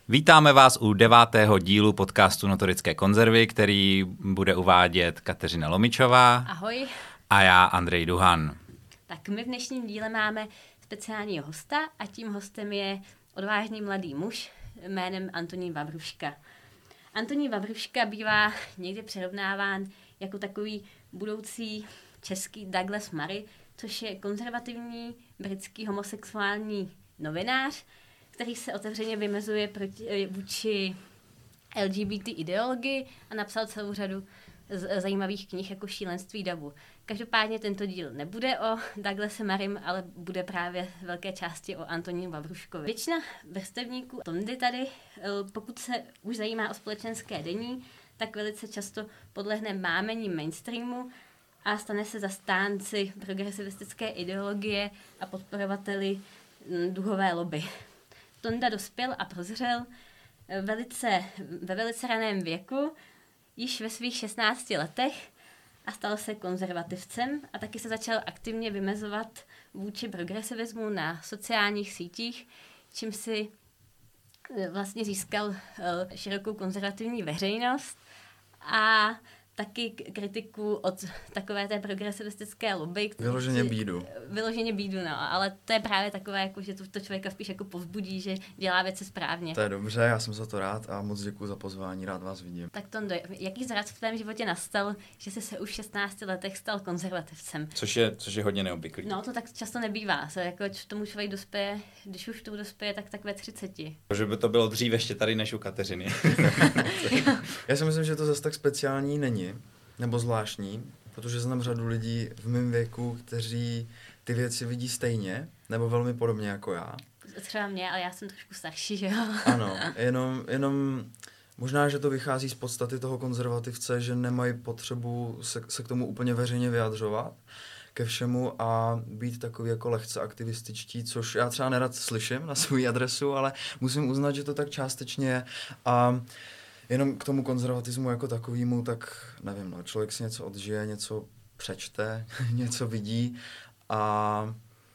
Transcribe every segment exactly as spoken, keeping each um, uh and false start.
Vítáme vás u devátého dílu podcastu Notorické konzervy, který bude uvádět Kateřina Lomičová. Ahoj. A já, Andrej Duhan. Tak my v dnešním díle máme speciálního hosta a tím hostem je odvážný mladý muž jménem Antonín Vavruška. Antonín Vavruška bývá někdy přirovnáván jako takový budoucí český Douglas Murray, což je konzervativní britský homosexuální novinář, který se otevřeně vymezuje proti, vůči L G B T ideologii a napsal celou řadu z, zajímavých knih jako Šílenství davu. Každopádně tento díl nebude o Douglase Murraym, ale bude právě v velké části o Antonínu Vavruškovi. Většina vrstevníků Tondy tady, pokud se už zajímá o společenské dění, tak velice často podlehne mámení mainstreamu a stane se zastánci progresivistické ideologie a podporovateli duhové lobby. Tonda dospěl a prozřel velice, ve velice raném věku, již ve svých šestnácti letech a stal se konzervativcem a taky se začal aktivně vymezovat vůči progresivismu na sociálních sítích, čím si vlastně získal širokou konzervativní veřejnost a taky kritiku od takové té progresivistické lobby. Vyloženě bídu. Vyloženě bídu, no, ale to je právě takové, jako, že to, to člověka spíš jako povzbudí, že dělá věci správně. To je dobře, já jsem za to rád a moc děkuji za pozvání, rád vás vidím. Tak Tondo, jaký zvrat v tvém životě nastal, že jsi se už v šestnácti letech stal konzervativcem? Což je, což je hodně neobvyklý. No, to tak často nebývá. Se, jako tomu člověk dospěje, když už tomu dospěje, tak tak ve třiceti. Že by to bylo dřív ještě tady než u Kateřiny. Já si myslím, že to zase tak speciální není, nebo zvláštní, protože znám řadu lidí v mém věku, kteří ty věci vidí stejně, nebo velmi podobně jako já. Třeba mě, ale já jsem trošku starší, že jo? Ano, jenom, jenom možná, že to vychází z podstaty toho konzervativce, že nemají potřebu se, se k tomu úplně veřejně vyjadřovat ke všemu a být takový jako lehce aktivističtí, což já třeba nerad slyším na svou adresu, ale musím uznat, že to tak částečně je. A jenom k tomu konzervatismu jako takovému, tak nevím, no, člověk si něco odžije, něco přečte, něco vidí a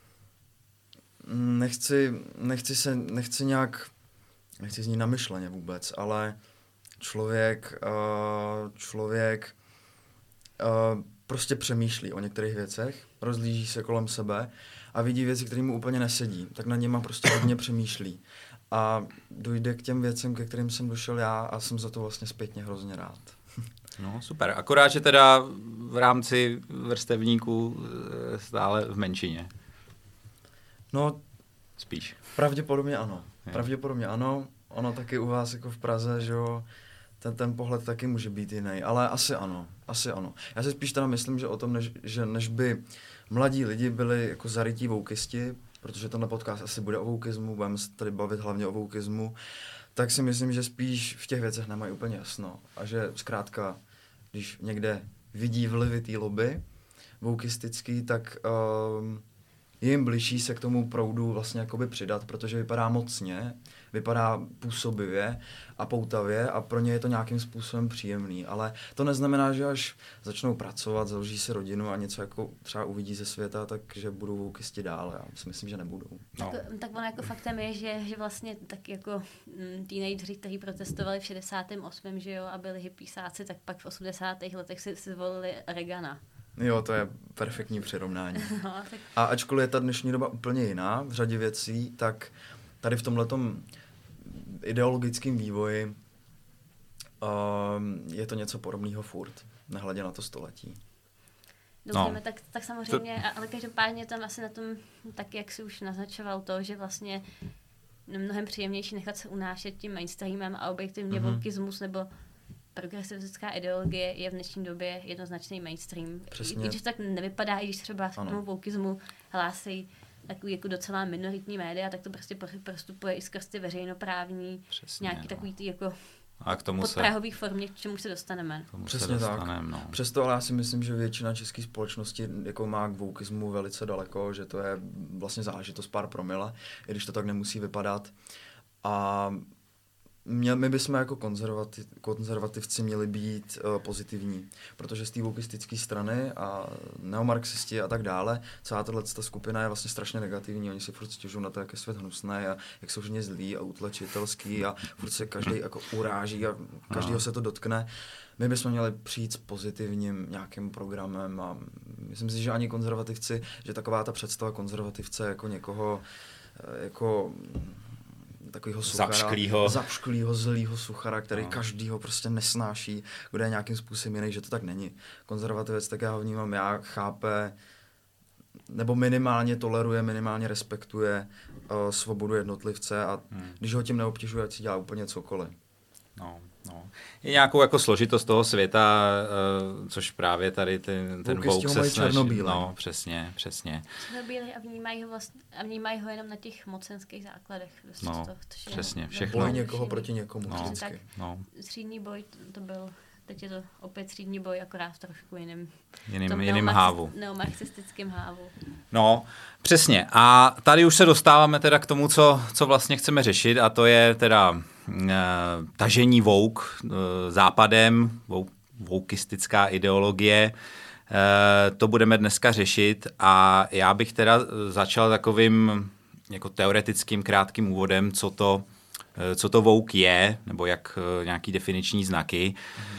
nechci, nechci se, nechci nějak, nechci znít namyšleně vůbec, ale člověk, uh, člověk uh, prostě přemýšlí o některých věcech, rozlíží se kolem sebe a vidí věci, které mu úplně nesedí, tak na něma prostě hodně přemýšlí. A dojde k těm věcem, ke kterým jsem došel já a jsem za to vlastně zpětně hrozně rád. No super, akorát, že teda v rámci vrstevníků stále v menšině. No, spíš. Pravděpodobně ano. Je. Pravděpodobně ano. Ono taky u vás jako v Praze, že jo, ten, ten pohled taky může být jiný, ale asi ano, asi ano. Já si spíš teda myslím, že o tom, než, že než by mladí lidi byli jako zarytí voukisti, protože tenhle podcast asi bude o voukismu, budeme se tady bavit hlavně o voukismu, tak si myslím, že spíš v těch věcech nemají úplně jasno. A že zkrátka, když někde vidí vlivy té lobby voukistický, tak um, je jim bližší se k tomu proudu vlastně jakoby přidat, protože vypadá mocně, vypadá působivě a poutavě a pro ně je to nějakým způsobem příjemný. Ale to neznamená, že až začnou pracovat, založí si rodinu a něco jako třeba uvidí ze světa, takže budou voukisti dál. Já si myslím, že nebudou. No. Tak, tak ono jako faktem je, že, že vlastně tak jako mm, teenageři, kteří protestovali v šedesátém osmém že jo, a byli hippiesáci, tak pak v osmdesátých letech si, si zvolili Reagana. Jo, to je perfektní přirovnání. No, tak... A ačkoliv je ta dnešní doba úplně jiná v řadě věcí, tak tady v tomhletom ideologickém vývoji um, je to něco podobného furt, nehledě na to století. Dobře, No. tak, tak samozřejmě, ale každopádně tam asi na tom, tak jak si už naznačoval to, že vlastně mnohem příjemnější nechat se unášet tím mainstreamem a objektivně mm-hmm. wokeismus nebo progresivistická ideologie je v dnešní době jednoznačný mainstream. Přesně. I když to tak nevypadá, i když třeba k tomu wokeismu hlásí takový jako docela minoritní média, tak to prostě prostupuje i skrz ty veřejnoprávní, Přesně, nějaký no. takový ty jako A k tomu podprahový formě, k čemu se dostaneme. Přesně se tak. No. Přesto ale já si myslím, že většina české společnosti jako má k wokeismu velice daleko, že to je vlastně záležitost pár promile, i když to tak nemusí vypadat. A Mě, my bychom jako konzervativ, konzervativci měli být uh, pozitivní, protože z té wokistické strany a neomarxisti a tak dále, celá tato skupina je vlastně strašně negativní, oni si furt stěžují na to, jak je svět hnusný a jak jsou všichni zlí a utlačitelský a furt se každý jako uráží a každýho se to dotkne. My bychom měli přijít s pozitivním nějakým programem a myslím si, že ani konzervativci, že taková ta představa konzervativce jako někoho jako takovýho suchara, zapšklýho, zapšklýho zlýho suchara, který no. každýho prostě nesnáší, kdo je nějakým způsobem jiný, že to tak není. Konzervativec, tak já ho vnímám, já chápe, nebo minimálně toleruje, minimálně respektuje uh, svobodu jednotlivce a hmm. když ho tím neobtěžuje, ať si dělá úplně cokoliv. No, no. Je nějakou jako složitost toho světa, uh, což právě tady ten, ten Vogue se snaží. No, přesně, přesně. Černobílý a vnímají ho vlastně, a vnímají ho jenom na těch mocenských základech. Vlastně no, to, přesně, všechno. Boj někoho proti někomu. No, tak no. Střídní boj to, to byl, teď je to opět střídní boj, akorát v trošku jiným, jiným, jiným hávu. Neomarxistickým hávu. No, přesně. A tady už se dostáváme teda k tomu, co, co vlastně chceme řešit, a to je teda e, tažení woke e, západem, woke, wokeistická ideologie. E, to budeme dneska řešit a já bych teda začal takovým jako teoretickým krátkým úvodem, co to, e, co to woke je, nebo jak e, nějaký definiční znaky. Mhm.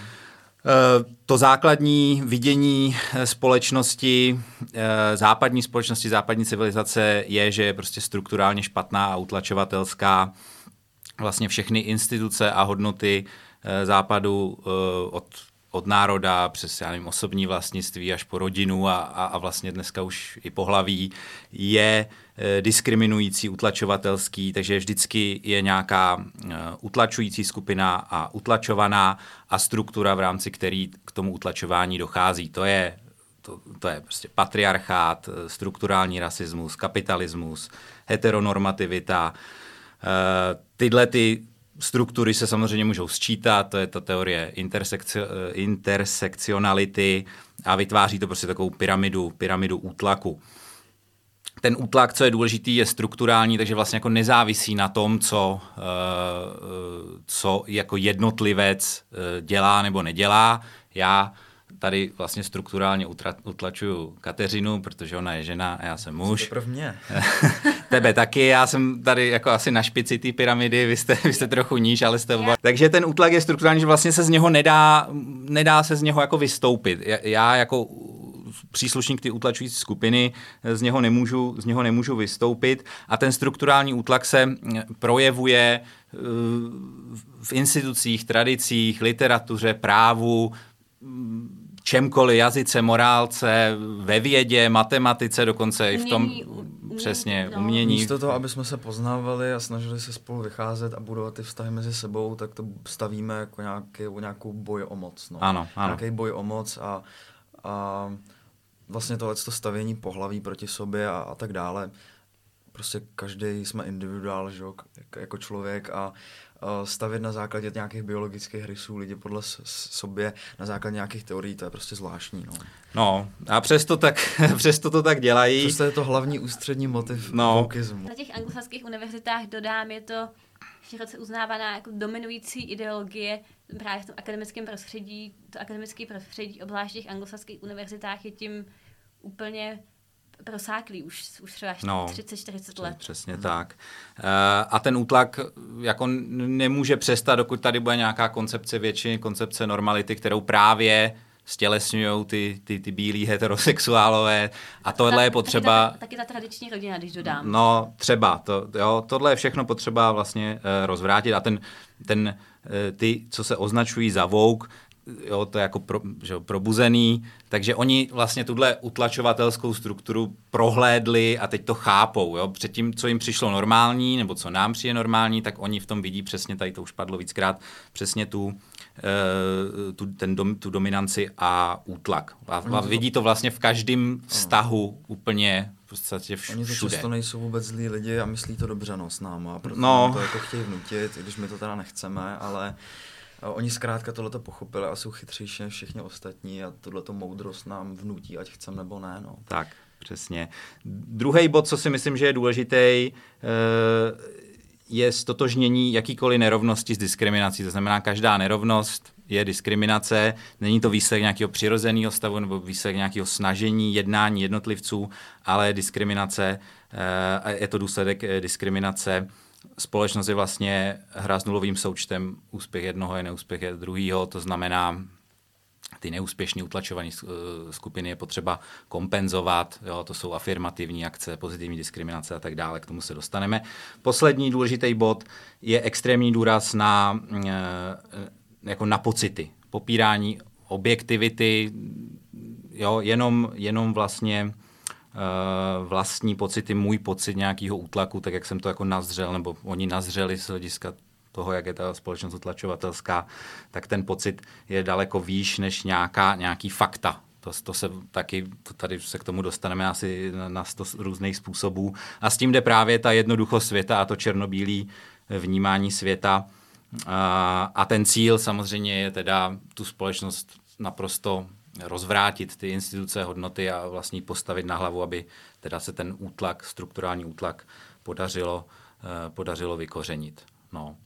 To základní vidění společnosti, západní společnosti, západní civilizace je, že je prostě strukturálně špatná a utlačovatelská. Vlastně všechny instituce a hodnoty západu od, od národa přes já nevím, osobní vlastnictví až po rodinu a, a, a vlastně dneska už i pohlaví je diskriminující, utlačovatelský, takže vždycky je nějaká utlačující skupina a utlačovaná a struktura, v rámci který k tomu utlačování dochází. To je, to, to je prostě patriarchát, strukturální rasismus, kapitalismus, heteronormativita. Tyhle ty struktury se samozřejmě můžou sčítat, to je ta teorie intersekci- intersekcionality a vytváří to prostě takovou pyramidu, pyramidu útlaku. Ten útlak, co je důležitý, je strukturální, takže vlastně jako nezávisí na tom, co, co jako jednotlivec dělá nebo nedělá. Já tady vlastně strukturálně utlačuju Kateřinu, protože ona je žena a já jsem muž. To mě. Tebe taky, já jsem tady jako asi na špici té pyramidy, vy jste, vy jste trochu níž, ale jste oba. Takže ten útlak je strukturální, že vlastně se z něho nedá, nedá se z něho jako vystoupit. Já jako příslušník ty utlačující skupiny z něho nemůžu, z něho nemůžu vystoupit a ten strukturální útlak se projevuje v institucích, tradicích, literatuře, právu, čemkoliv, jazyce, morálce, ve vědě, matematice, dokonce i v tom umění, přesně no. umění. Místo toho, aby jsme se poznávali a snažili se spolu vycházet a budovat ty vztahy mezi sebou, tak to stavíme jako nějaký, nějakou boj o moc. No. Ano, ano. Nějaký boj o moc a, a vlastně tohleto stavění pohlaví proti sobě a, a tak dále. Prostě každý jsme individuál, že, jako člověk a stavět na základě nějakých biologických rysů lidi podle sobě, na základě nějakých teorií, to je prostě zvláštní. No, no a přesto, tak, přesto to tak dělají. Přesto je to hlavní ústřední motiv no. wokeismu. Na těch anglosaských univerzitách, dodám, je to široce uznávaná jako dominující ideologie právě v tom akademickém prostředí. To akademické prostředí, obzvlášť v těch anglosaských univerzitách, je tím úplně prosáklý už, už třeba no, třicet čtyřicet let. Přesně hmm. tak. Uh, a ten útlak jako nemůže přestat, dokud tady bude nějaká koncepce většiny, koncepce normality, kterou právě stělesňují ty, ty, ty bílí heterosexuálové. A tohle je potřeba... Taky ta, taky ta tradiční rodina, když dodám. No, třeba. To, jo, tohle je všechno potřeba vlastně uh, rozvrátit. A ten, ten uh, ty, co se označují za woke, jo, to je jako pro, že, probuzený, takže oni vlastně tuhle utlačovatelskou strukturu prohlédli a teď to chápou. Jo. Předtím, co jim přišlo normální, nebo co nám přijde normální, tak oni v tom vidí přesně, tady to už padlo víckrát, přesně tu, uh, tu, ten dom, tu dominanci a útlak. A, a vidí to vlastně v každém vztahu úplně v podstatě všude. Oni to často nejsou vůbec zlí lidi a myslí to dobře no, s náma, proto no. to jako chtějí vnutit, i když my to teda nechceme, ale oni zkrátka tohleto pochopili a jsou chytřejší než všichni ostatní a tohleto moudrost nám vnutí, ať chceme nebo ne. No. Tak, přesně. Druhý bod, co si myslím, že je důležitý, je stotožnění jakýkoliv nerovnosti s diskriminací. To znamená, každá nerovnost je diskriminace, není to výsledek nějakého přirozeného stavu nebo výsledek nějakého snažení, jednání jednotlivců, ale diskriminace, je to důsledek diskriminace. Společnost je vlastně hra s nulovým součtem, úspěch jednoho je neúspěch druhého, to znamená, ty neúspěšné utlačované skupiny je potřeba kompenzovat, jo, to jsou afirmativní akce, pozitivní diskriminace a tak dále, k tomu se dostaneme. Poslední důležitý bod je extrémní důraz na, jako na pocity, popírání objektivity, jo, jenom, jenom vlastně vlastní pocity, můj pocit nějakého útlaku, tak jak jsem to jako nazřel, nebo oni nazřeli z hlediska toho, jak je ta společnost utlačovatelská, tak ten pocit je daleko výš než nějaká, nějaký fakta. To, to se taky, tady se k tomu dostaneme asi na, na sto různých způsobů. A s tím jde právě ta jednoduchost světa a to černobílý vnímání světa. A, a ten cíl samozřejmě je teda tu společnost naprosto rozvrátit, ty instituce, hodnoty a vlastně postavit na hlavu, aby teda se ten útlak, strukturální útlak podařilo, podařilo vykořenit. No.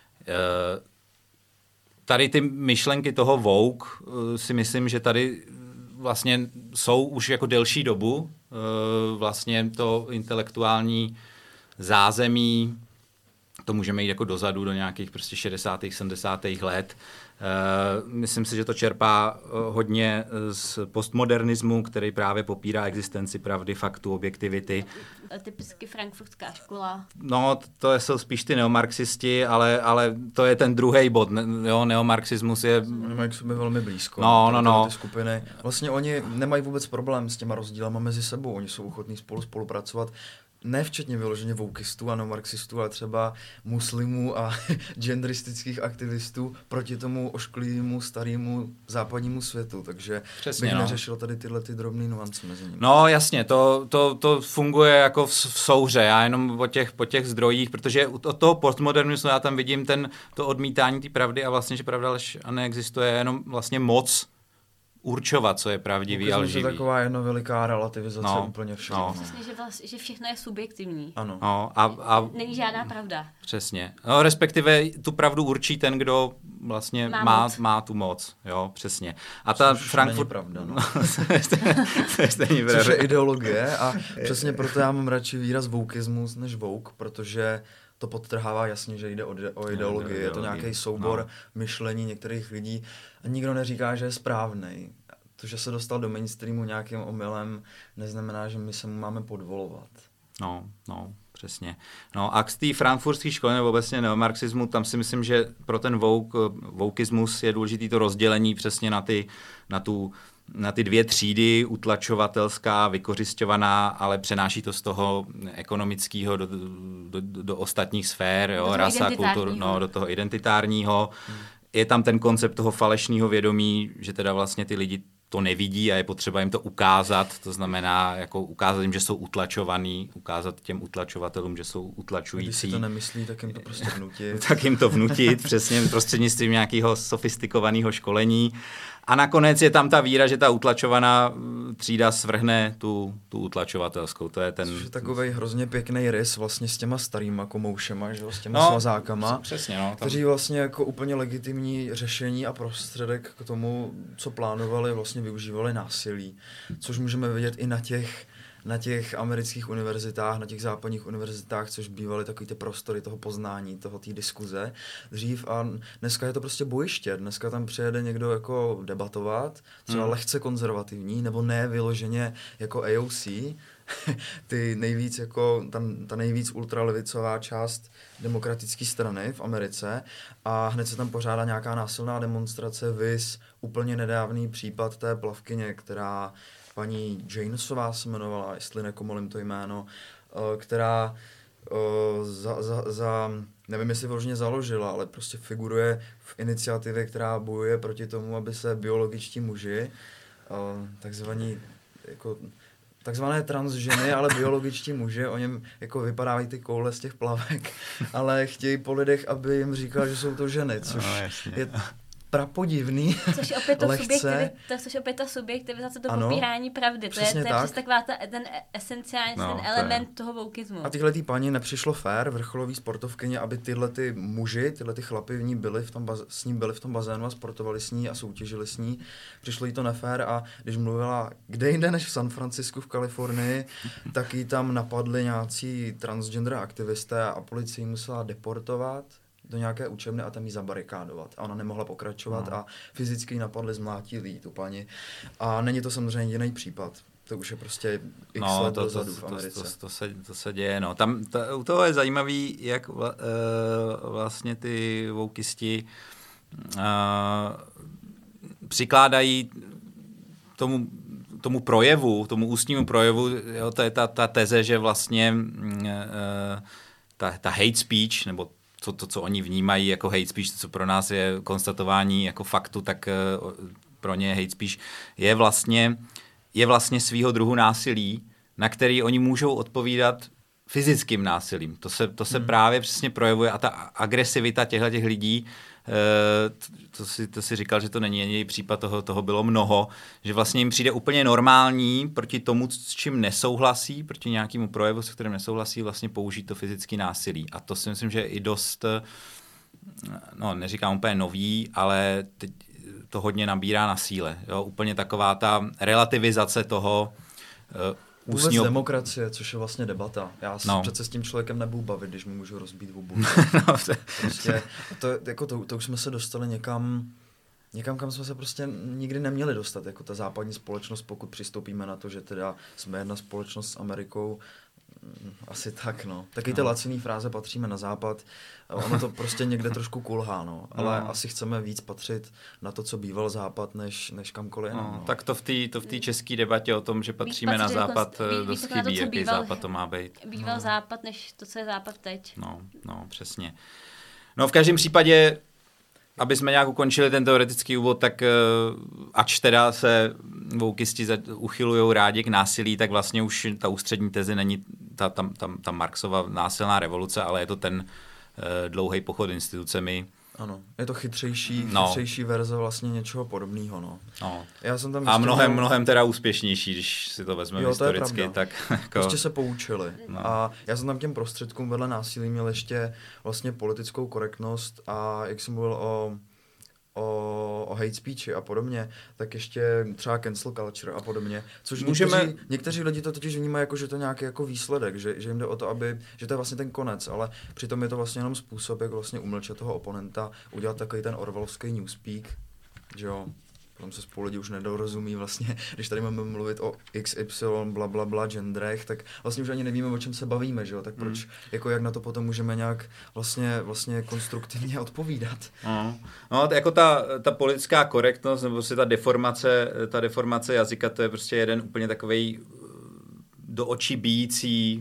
Tady ty myšlenky toho Vogue si myslím, že tady vlastně jsou už jako delší dobu. Vlastně to intelektuální zázemí, to můžeme jít jako dozadu do nějakých prostě šedesátých sedmdesátých let. Myslím si, že to čerpá hodně z postmodernismu, který právě popírá existenci pravdy, faktu, objektivity. Typicky frankfurtská škola. No, to jsou spíš ty neomarxisti, ale, ale to je ten druhý bod. Jo, neomarxismus je... Oni mají k sobě velmi blízko. No, no, no. Ty skupiny. Vlastně oni nemají vůbec problém s těma rozdílama mezi sebou. Oni jsou ochotní spolu spolupracovat. Ne včetně vyloženě wokeistů a neomarxistů, ale třeba muslimů a genderistických aktivistů proti tomu ošklivému starému západnímu světu, takže přesně, bych no. neřešil tady tyhle ty drobné nuance mezi nimi. No jasně, to, to, to funguje jako v, v souhře, já jenom po těch, po těch zdrojích, protože od toho postmodernismu já tam vidím ten, to odmítání té pravdy a vlastně, že pravda lež a neexistuje, jenom vlastně moc určovat, co je pravdivý a lživý. Je taková jedna veliká relativizace no, úplně všeho. No. Přesně, že, vlastně, že všechno je subjektivní. Ano. No, a, a, není žádná pravda. Přesně. No, respektive tu pravdu určí ten, kdo vlastně má, má, má tu moc. Jo, přesně. A ta Což Frankfurt... není pravda, no. Což je ideologie a přesně proto já mám radši výraz wokeismus než woke, protože to podtrhává jasně, že jde o, o ideologii. Je to nějaký soubor no. myšlení některých lidí a nikdo neříká, že je správnej. To, že se dostal do mainstreamu nějakým omylem, neznamená, že my se mu máme podvolovat. No, no, přesně. No a k té frankfurtské škole nebo obecně neomarxismu, tam si myslím, že pro ten woke, wokeismus je důležitý to rozdělení přesně na ty, na tu na ty dvě třídy, utlačovatelská, vykořisťovaná, ale přenáší to z toho ekonomického do, do, do, do ostatních sfér, jo, rasa, kultur, no, do toho identitárního. Hmm. Je tam ten koncept toho falešného vědomí, že teda vlastně ty lidi to nevidí a je potřeba jim to ukázat, to znamená jako ukázat jim, že jsou utlačovaný, ukázat těm utlačovatelům, že jsou utlačující. Když si to nemyslí, tak jim to prostě vnutit. tak jim to vnutit, přesně prostřednictvím nějakého sofistikovaného školení. A nakonec je tam ta víra, že ta utlačovaná třída svrhne tu, tu utlačovatelskou. To je ten... Což je takovej hrozně pěkný rys vlastně s těma starýma komoušema, že jo, s těma no, svazákama, přesně, no, tam... kteří vlastně jako úplně legitimní řešení a prostředek k tomu, co plánovali, vlastně využívali násilí. Což můžeme vidět i na těch na těch amerických univerzitách, na těch západních univerzitách, což bývaly takový ty prostory toho poznání, toho té diskuze dřív a dneska je to prostě bojiště. Dneska tam přijede někdo jako debatovat, třeba hmm. lehce konzervativní, nebo ne vyloženě jako A O C, ty nejvíc jako, tam, ta nejvíc ultralevicová část demokratické strany v Americe a hned se tam pořádá nějaká násilná demonstrace, viz úplně nedávný případ té plavkyně, která paní Janesová se jmenovala, jestli nekomolím to jméno, která za, za, za, nevím, jestli vyloženě založila, ale prostě figuruje v iniciativě, která bojuje proti tomu, aby se biologičtí muži, takzvaní, jako, takzvané transženy, ale biologičtí muži, o něm jako vypadávají ty koule z těch plavek, ale chtějí po lidech, aby jim říkal, že jsou to ženy, což no, je prapodivný. Což opět to lehce. subjektivita, což opět ta subjektivizace, to popírání pravdy. To je, to je tak. přes taková ta, ten esenciální No, ten element toho woukismu. A tyhle tý paní nepřišlo fér, vrcholový sportovkyně, aby tyhle ty muži, tyhle ty chlapy v ní byli v tom baz- s ní byli v tom bazénu a sportovali s ní a soutěžili s ní. Přišlo jí to nefér a když mluvila kde jinde než v San Francisku v Kalifornii, tak jí tam napadli nějací transgender aktivisté a policie musela deportovat do nějaké učebny a tam jí zabarikádovat. A ona nemohla pokračovat no. a fyzicky ji napadli, zmlátili jí tu paní. A není to samozřejmě jediný případ. To už je prostě x no, let to, dozadu to, v Americe. To, to, to, se, to se děje, no. Tam ta, u toho je zajímavý, jak vla, uh, vlastně ty woukisti uh, přikládají tomu, tomu projevu, tomu ústnímu projevu, jo, to je ta, ta teze, že vlastně uh, ta, ta hate speech, nebo to, to, co oni vnímají jako hate speech, to, co pro nás je konstatování jako faktu, tak uh, pro ně hate speech je vlastně je vlastně svýho druhu násilí, na který oni můžou odpovídat fyzickým násilím. To se, to se hmm. právě přesně projevuje a ta agresivita těchto těch lidí, to si, to si říkal, že to není jediný případ, toho, toho bylo mnoho, že vlastně jim přijde úplně normální proti tomu, s čím nesouhlasí, proti nějakému projevu, se kterým nesouhlasí, vlastně použít to fyzické násilí. A to si myslím, že je i dost, no neříkám úplně nový, ale teď to hodně nabírá na síle. Jo? Úplně taková ta relativizace toho uh, Vůbec ústního... demokracie, což je vlastně debata. Já se no. přece s tím člověkem nebudu bavit, když mu můžu rozbít hubu. no, prostě, to, jako to, to už jsme se dostali někam, někam, kam jsme se prostě nikdy neměli dostat, jako ta západní společnost, pokud přistoupíme na to, že teda jsme jedna společnost s Amerikou, asi tak, no. Taky ty no. laciný fráze patříme na západ, ono to prostě někde trošku kulhá, no. Ale no. asi chceme víc patřit na to, co býval západ, než, než kamkoliv no, no. Tak to v té to v té české debatě o tom, že patříme víc na západ, konst, dost chybí, to, jaký býval, západ to má být. Býval no. západ, než to, co je západ teď. No, no, přesně. No v každém případě, aby jsme nějak ukončili ten teoretický úvod, tak ač teda se woukisti uchylujou rádi k násilí, tak vlastně už ta ústřední teze není ta, ta, ta, ta Marxova násilná revoluce, ale je to ten uh, dlouhý pochod institucemi. Ano, je to chytřejší, no. chytřejší verze vlastně něčeho podobného, no. no. Já jsem tam a mnohem, měl... mnohem teda úspěšnější, když si to vezmeme jo, historicky. To tak jako... Ještě se poučili. No. A já jsem tam těm prostředkům vedle násilí měl ještě vlastně politickou korektnost a jak jsem mluvil o O, o hate speechi a podobně, tak ještě třeba cancel culture a podobně, což Můžeme... někteří, někteří lidi to totiž vnímají jako, že to je nějaký jako výsledek, že, že jim jde o to, aby, že to je vlastně ten konec, ale přitom je to vlastně jenom způsob, jak vlastně umlčet toho oponenta, udělat takový ten orwellovský newspeak, že jo, potom se spolu lidi už nedorozumí vlastně, když tady máme mluvit o iks ypsilon, bla, bla, bla, genderech, tak vlastně už ani nevíme, o čem se bavíme, že jo, tak proč, mm. jako jak na to potom můžeme nějak vlastně, vlastně konstruktivně odpovídat. No, no jako ta, ta politická korektnost, nebo si ta deformace, ta deformace jazyka, to je prostě jeden úplně takovej do očí bijící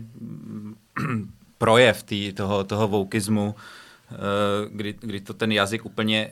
projev tý, toho, toho woukismu, kdy, kdy to ten jazyk úplně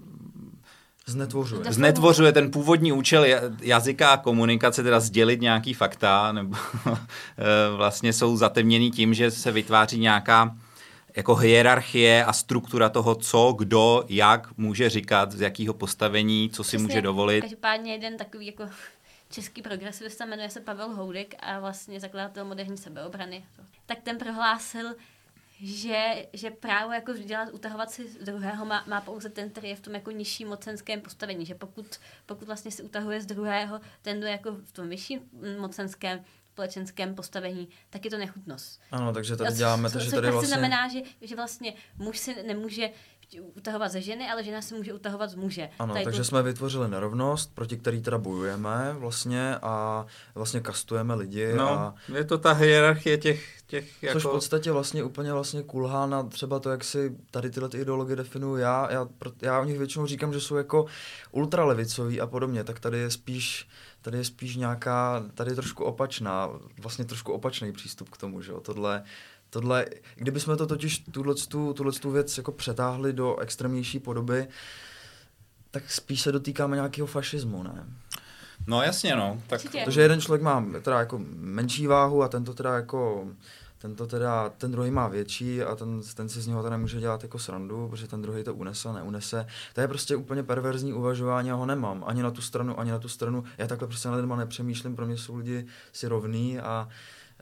Znetvořuje. Znetvořuje ten původní účel jazyka a komunikace, teda sdělit nějaký fakta, nebo vlastně jsou zatemněný tím, že se vytváří nějaká jako hierarchie a struktura toho, co, kdo, jak může říkat, z jakého postavení, co si Přesně, může dovolit. Každopádně jeden takový jako český progresivista, jmenuje se Pavel Houdek a vlastně zakladatel moderní sebeobrany. Tak ten prohlásil, Že, že právo jako dělat, utahovat si z druhého má, má pouze ten, který je v tom jako nižším mocenském postavení, že pokud, pokud vlastně si utahuje z druhého ten, kdo je jako v tom vyšším mocenském společenském postavení, tak je to nechutnost. Ano, takže tady děláme to, že tady vlastně... znamená, že, že vlastně muž si nemůže utahovat ze ženy, ale žena se může utahovat z muže. Ano, tady takže to... jsme vytvořili nerovnost, proti který teda bojujeme vlastně a vlastně kastujeme lidi. No, a... je to ta hierarchie těch, těch jako... Což v podstatě vlastně úplně vlastně kulhá na třeba to, jak si tady tyhle ty ideologie definuju já. Já, já o nich většinou říkám, že jsou jako ultralevicový a podobně, tak tady je spíš tady je spíš nějaká, tady je trošku opačná, vlastně trošku opačný přístup k tomu, že jo, tohle Tohle, kdybychom to totiž tuhletu, tuhletu věc jako přetáhli do extrémnější podoby, tak spíš se dotýkáme nějakého fašismu, ne? No jasně, no. Tak... Protože jeden člověk má teda jako menší váhu a tento teda jako ten to teda, ten druhý má větší a ten, ten si z něho teda nemůže dělat jako srandu, protože ten druhý to unese, neunese. To je prostě úplně perverzní uvažování, já ho nemám. Ani na tu stranu, ani na tu stranu. Já takhle prostě na lidma nepřemýšlím, pro mě jsou lidi si rovný a,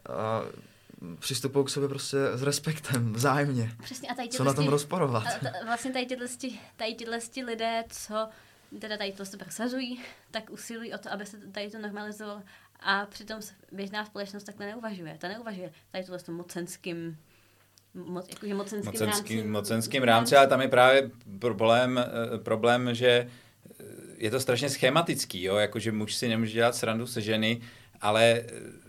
a přistupují k sobě prostě s respektem, vzájemně. Přesně, a tady co na tom rozporovat? A t- vlastně tady tyhle, tady tyhle lidé, co teda tady to prosazují, tak usilují o to, aby se tady to normalizovalo. A přitom běžná společnost takhle neuvažuje. Ta neuvažuje tady tohle s tom mocenským, mo, jakože mocenským, mocenským rámci. Mocenským rámci, ale tam je právě problém, problém, že je to strašně schematický, jo? Jakože muž si nemůže dělat srandu se ženy, ale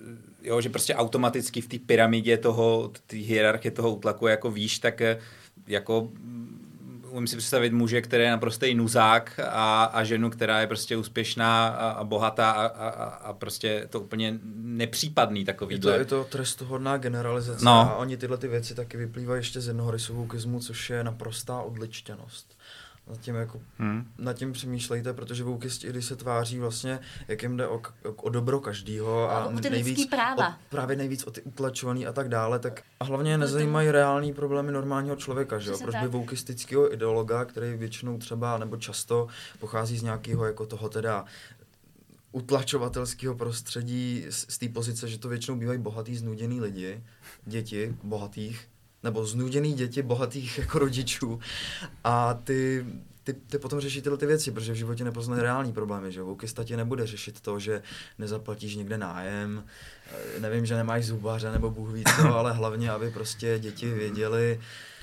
jo, že prostě automaticky v té pyramidě toho, té hierarchie toho útlaku jako výš, tak jako umím si představit muže, který je naprostý nuzák a, a ženu, která je prostě úspěšná a, a bohatá a, a, a prostě to úplně nepřípadný takový. Je to, je to trestuhodná generalizace no. A oni tyhle ty věci taky vyplývají ještě z jednoho rysovoukismu, což je naprostá odličtěnost. Nad tím, jako, hmm. nad tím přemýšlejte, protože voukisti, když se tváří vlastně, jak jim jde o, o dobro každýho a o ty nejvíc, práva. O, právě nejvíc o ty utlačovaný a tak dále, tak a hlavně nezajímají reální problémy normálního člověka, že jo? Proč by voukistického ideologa, který většinou třeba nebo často pochází z nějakého jako toho teda utlačovatelského prostředí z, z té pozice, že to většinou bývají bohatý, znuděný lidi, děti bohatých, nebo znuděný děti bohatých jako rodičů a ty, ty, ty potom řeší tyhle ty věci, protože v životě nepoznají reální problémy, že voukista ti nebude řešit to, že nezaplatíš někde nájem, nevím, že nemáš zubaře nebo bůh ví co, ale hlavně, aby prostě děti věděli,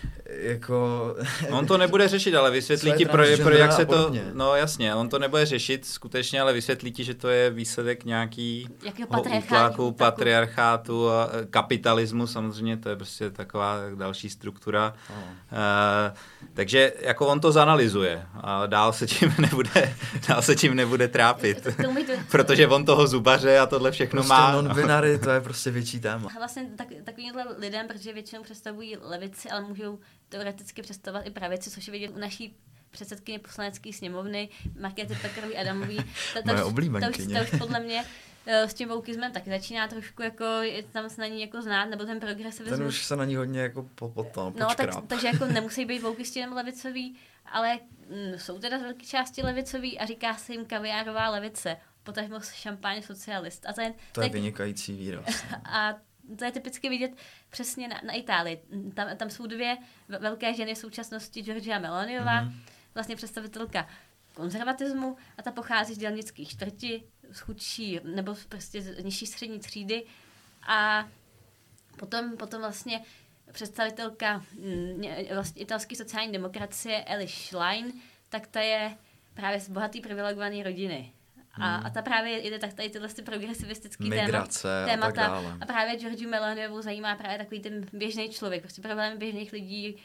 jako... On to nebude řešit, ale vysvětlí ti, pro, pro jak se to... No jasně, on to nebude řešit skutečně, ale vysvětlí ti, že to je výsledek nějaký útlaku, patriarchátu a kapitalismu, samozřejmě, to je prostě taková další struktura. Oh. Uh, takže jako on to zanalyzuje a dál se tím nebude, dál se tím nebude trápit. Protože on toho zubaře a tohle všechno prostě má. Non-binary, to je prostě větší téma. Vlastně tak, takovýmhle lidem, protože většinou představují levici, ale můžou teoreticky představovat i pravici, což je vidět u naší předsedkyně poslanecké sněmovny Markéty Pekarový Adamový. Moje oblíbenkyně. To už podle mě s tím woukismem taky začíná trošku jako, je tam se na ní jako znát, nebo ten progresivismus. Ten už se na ní hodně jako potom No, tak, takže jako nemusí být woukisti jenom levicoví, ale m, jsou teda z velké části levicoví a říká se jim kaviárová levice, potažmo šampáň socialist. A to je, to je vynikající výraz. A to je typicky vidět přesně na, na Itálii. Tam, tam jsou dvě velké ženy v současnosti, Giorgia Meloniová, mm-hmm. vlastně představitelka konzervatismu a ta pochází z dělnických čtvrti, z chudší nebo prostě z nižší střední třídy a potom, potom vlastně představitelka vlastně italské sociální demokracie Eli Schlein, tak ta je právě z bohatý privilegované rodiny. A, a ta právě jde tak tady tyhle progresivistický Migrace téma, a tak dále. A právě Giorgiu Meloniovou zajímá právě takový ten běžný člověk. Prostě problémy běžných lidí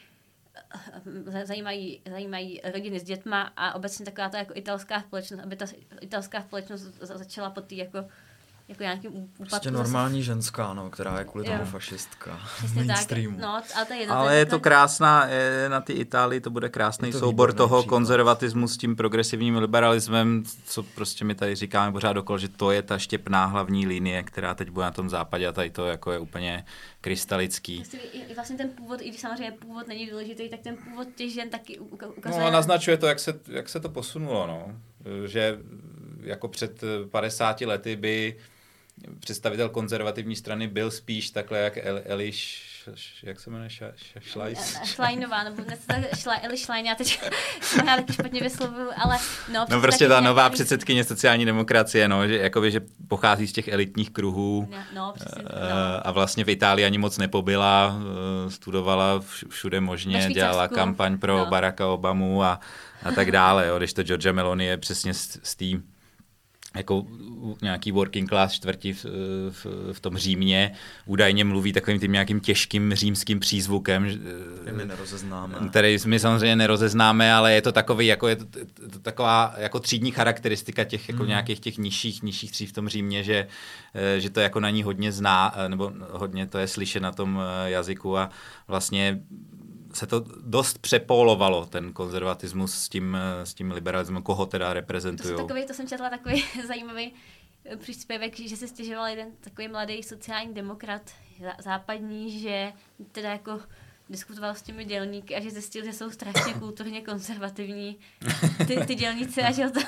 zajímají, zajímají rodiny s dětma a obecně taková ta jako italská společnost, aby ta italská společnost začala po té jako jako nějakým úpadku. Prostě normální ženská, no, která je kvůli tomu fašistka. Mainstreamu. No, ale to je, ale to je, je to krásná, je, na té Itálii to bude krásný to soubor toho příklad. Konzervatismu s tím progresivním liberalismem, co prostě my tady říkáme pořád okolo, že to je ta štěpná hlavní linie, která teď bude na tom západě a tady to jako je úplně krystalický. Vlastně, i vlastně ten původ, i když samozřejmě původ není důležitý, tak ten původ těch žen taky ukazuje. No a naznačuje to, jak se, jak se to posunulo, no. Že jako před padesáti lety by představitel konzervativní strany byl spíš takhle jak Eli, jak se jmenuje, Schleinová, nebo Eli Schlein, já teď já taky špatně vyslovuju, ale no. No prostě ta nová předsedkyně sociální demokracie, no, že, jakoby, že pochází z těch elitních kruhů no, no, přesně, no. A vlastně v Itálii ani moc nepobyla, studovala všude možně, dělala kampaň pro no. Baracka Obamu a, a tak dále, jo, když to Giorgia Meloni je přesně z, z té jako nějaký working class čtvrti v, v, v tom Římě, údajně mluví takovým tím nějakým těžkým římským přízvukem, my nerozeznáme. Který my samozřejmě nerozeznáme, ale je to takový, jako je to, to taková jako třídní charakteristika těch jako mm. nějakých těch nižších, nižších tříd v tom Římě, že, že to jako na ní hodně zná, nebo hodně to je slyšet na tom jazyku a vlastně se to dost přepólovalo, ten konzervatismus s tím, s tím liberalismem, koho teda reprezentují. To, takový, to jsem četla takový zajímavý příspěvek, že se stěžoval jeden takový mladý sociální demokrat západní, že teda jako diskutoval s těmi dělníky a že zjistil, že jsou strašně kulturně konzervativní ty, ty dělníci a že to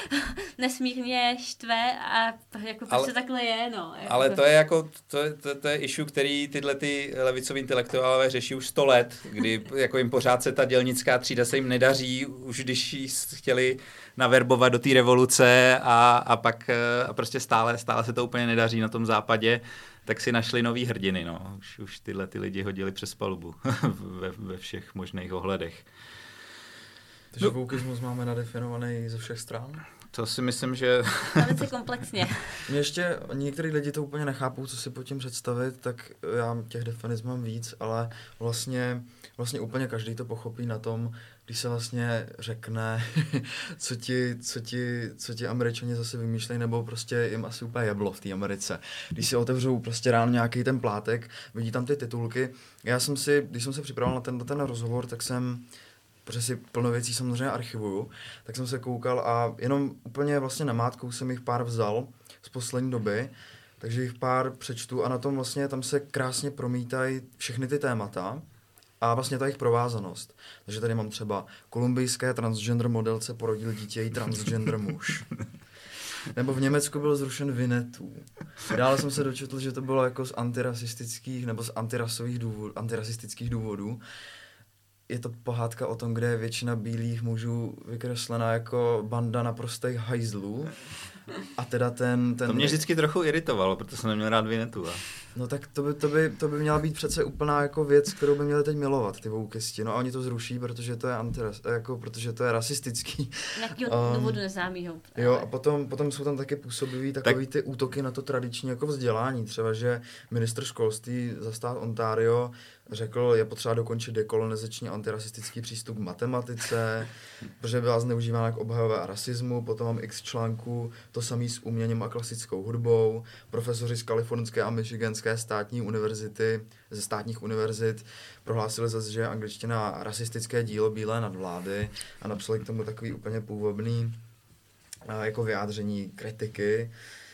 nesmírně štve a jako proč to takhle je, no. Jako. Ale to je jako, to je, to, to je issue, který tyhle ty levicoví intelektuálové řeší už sto let, kdy jako jim pořád se ta dělnická třída se jim nedaří, už když jí chtěli naverbovat do té revoluce a, a pak a prostě stále, stále se to úplně nedaří na tom západě, tak si našli nový hrdiny, no. Už, už tyhle ty lidi hodili přes palubu ve, ve všech možných ohledech. Takže no. Wokeismus máme nadefinovaný ze všech stran? To si myslím, že... Velice komplexně. Mě ještě, některý lidi to úplně nechápou, co si pod tím představit, tak já těch definic mám víc, ale vlastně, vlastně úplně každý to pochopí na tom, když se vlastně řekne, co ti, co ti, co ti Američani zase vymýšlejí, nebo prostě jim asi úplně jeblo v té Americe. Když si otevřou prostě ráno nějaký ten plátek, vidí tam ty titulky. Já jsem si, když jsem se připravoval na ten, na ten rozhovor, tak jsem, protože si plno věcí samozřejmě archivuju, tak jsem se koukal a jenom úplně vlastně namátkou jsem jich pár vzal z poslední doby, takže jich pár přečtu a na tom vlastně tam se krásně promítají všechny ty témata a vlastně ta jejich provázanost. Takže tady mám třeba kolumbijské transgender modelce porodil dítě i transgender muž. Nebo v Německu byl zrušen Winnetou. Dále jsem se dočetl, že to bylo jako z antirasistických nebo z antirasových důvodů, antirasistických důvodů. Je to pohádka o tom, kde je většina bílých mužů vykreslená jako banda naprostých hajzlů. A teda ten, ten... To mě vždycky trochu iritovalo, protože jsem neměl rád Winnetou. A... No tak to by, to, by, to by měla být přece úplná jako věc, kterou by měli teď milovat, ty wokeisti. No a oni to zruší, protože to je antiras, jako, protože to je rasistický. Nějakýho um, důvodu neznámýho. Jo, a potom, potom jsou tam taky působivý takový tak... ty útoky na to tradiční jako vzdělání. Třeba, že ministr školství za stát Ontario řekl, je potřeba dokončit dekolonizační antirasistický přístup k matematice, protože byla zneužívána k obhajové rasismu, potom mám x článků, to samý s uměním a klasickou hudbou, profesoři z Kalifornské a Michiganské státní univerzity, ze státních univerzit prohlásili zase, že je angličtina rasistické dílo bílé nadvlády a napsali k tomu takový úplně půvabný jako vyjádření kritiky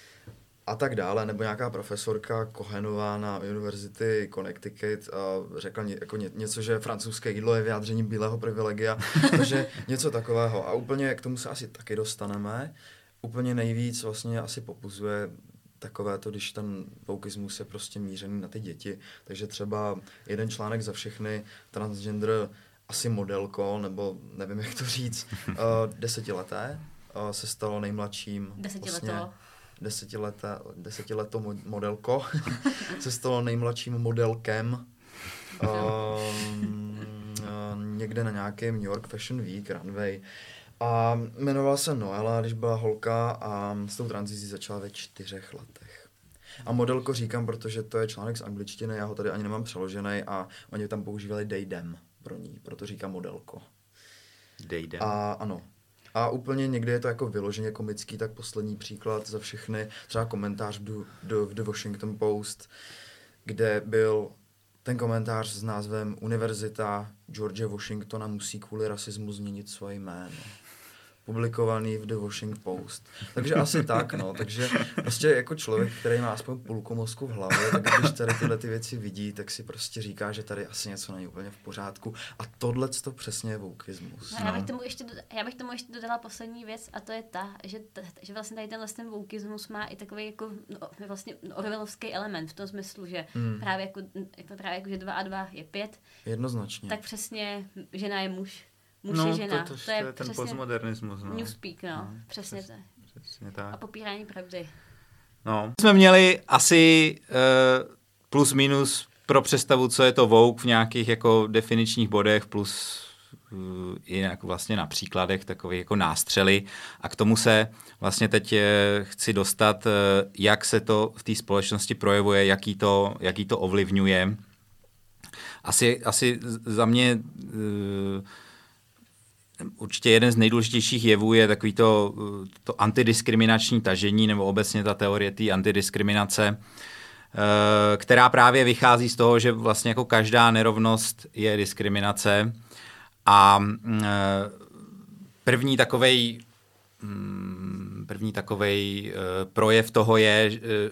a tak dále, nebo nějaká profesorka Cohenová na univerzity Connecticut a řekla ně, jako ně, něco, že francouzské jídlo je vyjádření bílého privilegia, takže něco takového. A úplně k tomu se asi taky dostaneme. Úplně nejvíc vlastně asi popuzuje takové to, když ten wokeismus je prostě mířený na ty děti. Takže třeba jeden článek za všechny, transgender asi modelko, nebo nevím, jak to říct, uh, desetileté uh, se stalo nejmladším. Desetileto. Vlastně, desetileté, desetileto modelko se stalo nejmladším modelkem uh, uh, někde na nějakém New York Fashion Week runway. A jmenovala se Noela, když byla holka a s tou tranzizí začala ve čtyřech letech. A modelko říkám, protože to je článek z angličtiny, já ho tady ani nemám přeložený a oni tam používali they them pro ní, proto říkám modelko. They them. A ano. A úplně někdy je to jako vyloženě komický, tak poslední příklad za všechny, třeba komentář do, do, v The Washington Post, kde byl ten komentář s názvem Univerzita George Washingtona musí kvůli rasismu změnit svoje jméno. Publikovaný v The Washington Post. Takže asi tak, no. Takže prostě jako člověk, který má aspoň půlku mozku v hlavě, tak když tady tyhle ty věci vidí, tak si prostě říká, že tady asi něco není úplně v pořádku. A tohleto přesně je wokeismus. No, já, bych tomu ještě doda- já bych tomu ještě dodala poslední věc a to je ta, že, t- že vlastně tady tenhle ten wokeismus má i takový jako no, vlastně orwellovský element v tom smyslu, že hmm. právě jako, jako, právě jako, že dva a dva je pět. Jednoznačně. Tak přesně žena je muž. Muž no, je žena. To, to, to je, to je ten přesně postmodernismus. No. Newspeak, no. no přesně, přesně, přesně tak. A popírání pravdy. No. Jsme měli asi uh, plus minus pro představu, co je to woke v nějakých jako definičních bodech, plus uh, i jako vlastně na příkladech takových jako nástřely. A k tomu se vlastně teď uh, chci dostat, uh, jak se to v té společnosti projevuje, jaký to, jaký to ovlivňuje. Asi, asi za mě uh, určitě jeden z nejdůležitějších jevů je takový to, to antidiskriminační tažení nebo obecně ta teorie té antidiskriminace, která právě vychází z toho, že vlastně jako každá nerovnost je diskriminace a první takovej první takovej projev toho je,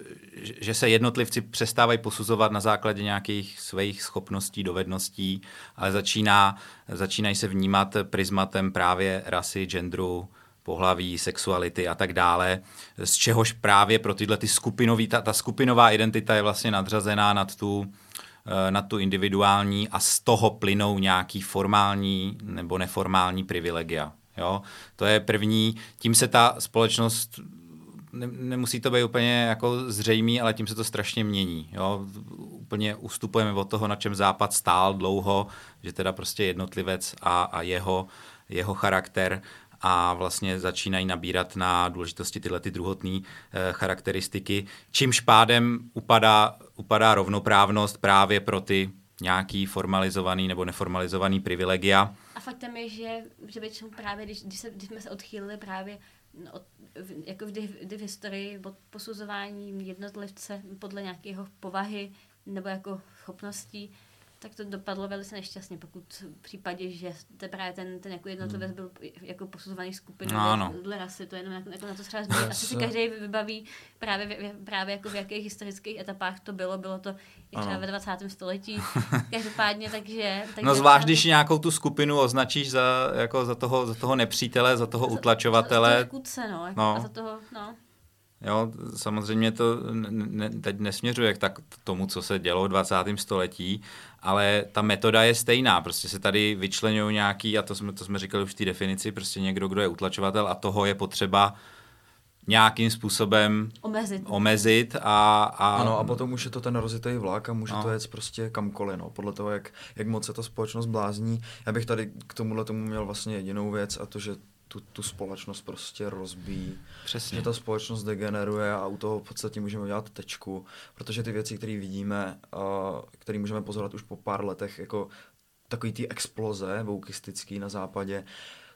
že se jednotlivci přestávají posuzovat na základě nějakých svých schopností, dovedností, ale začíná, začínají se vnímat prismatem právě rasy, genderu, pohlaví, sexuality a tak dále, z čehož právě pro tyhle ty skupinový, ta, ta skupinová identita je vlastně nadřazená nad tu, nad tu individuální a z toho plynou nějaký formální nebo neformální privilegia. Jo? To je první, tím se ta společnost, ne, nemusí to být úplně jako zřejmý, ale tím se to strašně mění. Jo? Úplně ustupujeme od toho, na čem Západ stál dlouho, že teda prostě jednotlivec a, a jeho, jeho charakter a vlastně začínají nabírat na důležitosti tyhle ty druhotné eh, charakteristiky, čímž pádem upadá, upadá rovnoprávnost právě pro ty nějaký formalizovaný nebo neformalizovaný privilegia. A faktem je, že, že většinou právě, když, když, se, když jsme se odchýlili právě od, jako vždy, vždy v historii od posuzování jednotlivce podle nějakého povahy nebo jako schopností, tak to dopadlo velice nešťastně, pokud v případě, že te právě ten, ten jako jednotlivec byl jako posuzovaný skupinou no, dle rasy, to je jenom jako, jako na to třeba zbýt. Asi si každý vybaví právě, právě jako v jakých historických etapách to bylo, bylo to i třeba ve dvacátém století, každopádně, takže... takže no zvlášť, když nějakou tu skupinu označíš za, jako za, toho, za toho nepřítele, za toho za, utlačovatele. Za kůdce, no, jako, no. A za toho, no. Jo, samozřejmě to ne, teď nesměřuje k tak tomu, co se dělo v dvacátém století, ale ta metoda je stejná. Prostě se tady vyčleňují nějaký, a to jsme, to jsme říkali už v té definici, prostě někdo, kdo je utlačovatel a toho je potřeba nějakým způsobem omezit. omezit a, a... Ano, a potom už je to ten rozjetý vlak a může no. to jet prostě kamkoliv, no, podle toho, jak, jak moc se ta společnost blázní. Já bych tady k tomuhle tomu měl vlastně jedinou věc a to, že Tu, tu společnost prostě rozbíjí. Přesně. Že ta společnost degeneruje a u toho v podstatě můžeme udělat tečku, protože ty věci, které vidíme, uh, které můžeme pozorovat už po pár letech, jako takový ty exploze wokeistický na západě,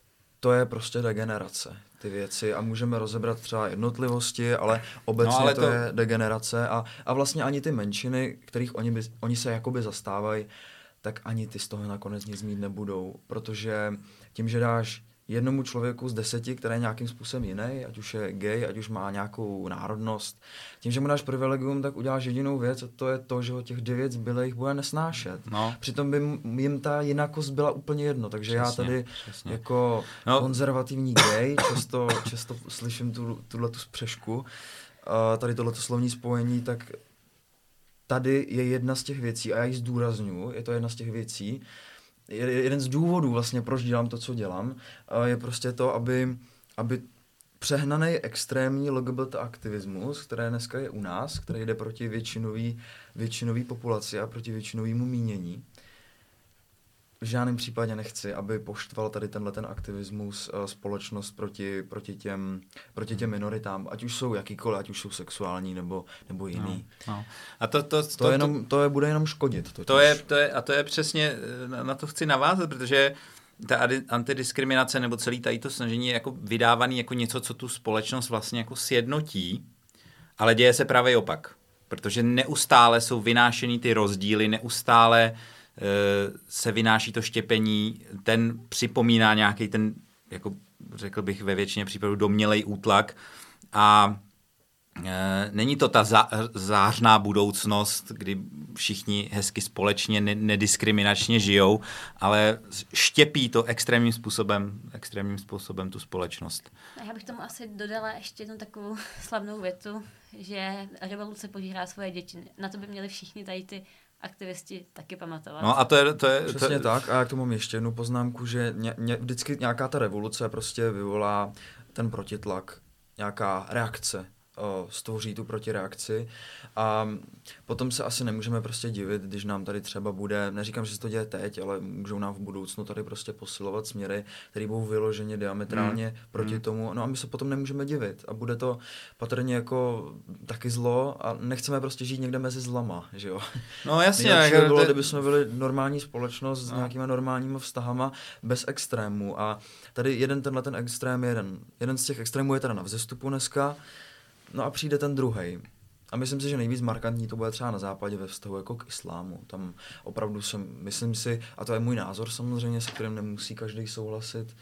to je prostě degenerace, ty věci a můžeme rozebrat třeba jednotlivosti, ale obecně no, ale to, to je degenerace a, a vlastně ani ty menšiny, kterých oni, by, oni se jakoby zastávají, tak ani ty z toho nakonec nic mít nebudou, protože tím, že dáš jednomu člověku z deseti, který je nějakým způsobem jiný, ať už je gay, ať už má nějakou národnost. Tím, že mu dáš privilegium, tak uděláš jedinou věc a to je to, že ho těch devět zbylejch bude nesnášet. No. Přitom by jim ta jinakost byla úplně jedno, takže přesně, já tady přesně. jako no. konzervativní gay často, často slyším tu, tuhletu spřežku, uh, tady tohleto slovní spojení, tak tady je jedna z těch věcí a já ji zdůrazňuji, je to jedna z těch věcí, jeden z důvodů vlastně, proč dělám to, co dělám, je prostě to, aby, aby přehnaný extrémní L G B T aktivismus, který dneska je u nás, který jde proti většinový, většinový populaci a proti většinovému mínění, v žádném případě nechci, aby poštval tady tenhle ten aktivismus uh, společnost proti, proti, těm, proti těm minoritám, ať už jsou jakýkoliv, ať už jsou sexuální nebo, nebo jiný. No, no. A to, to, to, to, jenom, to je, bude jenom škodit. Totiž. To je, to je, a to je přesně, na to chci navázat, protože ta antidiskriminace nebo celý tady to snažení je jako vydávaný jako něco, co tu společnost vlastně jako sjednotí, ale děje se právě opak. Protože neustále jsou vynášený ty rozdíly, neustále se vynáší to štěpení, ten připomíná nějaký ten, jako řekl bych ve většině případů, domnělej útlak a e, není to ta zá, zářná budoucnost, kdy všichni hezky společně ne, nediskriminačně žijou, ale štěpí to extrémním způsobem, extrémním způsobem tu společnost. Já bych tomu asi dodala ještě jednu takovou slavnou větu, že revoluce požírá svoje děti. Na to by měli všichni tady ty aktivisti taky pamatovat. No a to je... To je Přesně to je... tak. A já k tomu mám ještě jednu poznámku, že ně, ně, vždycky nějaká ta revoluce prostě vyvolá ten protitlak, nějaká reakce, o, stvoří tu protireakci a potom se asi nemůžeme prostě divit, když nám tady třeba bude, neříkám, že se to děje teď, ale můžou nám v budoucnu tady prostě posilovat směry, které budou vyloženě diametrálně hmm. proti hmm. tomu, no a my se potom nemůžeme divit a bude to patrně jako taky zlo a nechceme prostě žít někde mezi zlama, že jo. No jasně. Nejlepší by bylo, kdyby jsme byli normální společnost s no. nějakýma normálníma vztahama bez extrémů a tady jeden tenhle ten extrém je jeden, jeden z těch extrémů je teda na vzestupu dneska. No a přijde ten druhej. A myslím si, že nejvíc markantní to bude třeba na západě ve vztahu jako k islámu. Tam opravdu jsem, myslím si, a to je můj názor samozřejmě, se kterým nemusí každý souhlasit,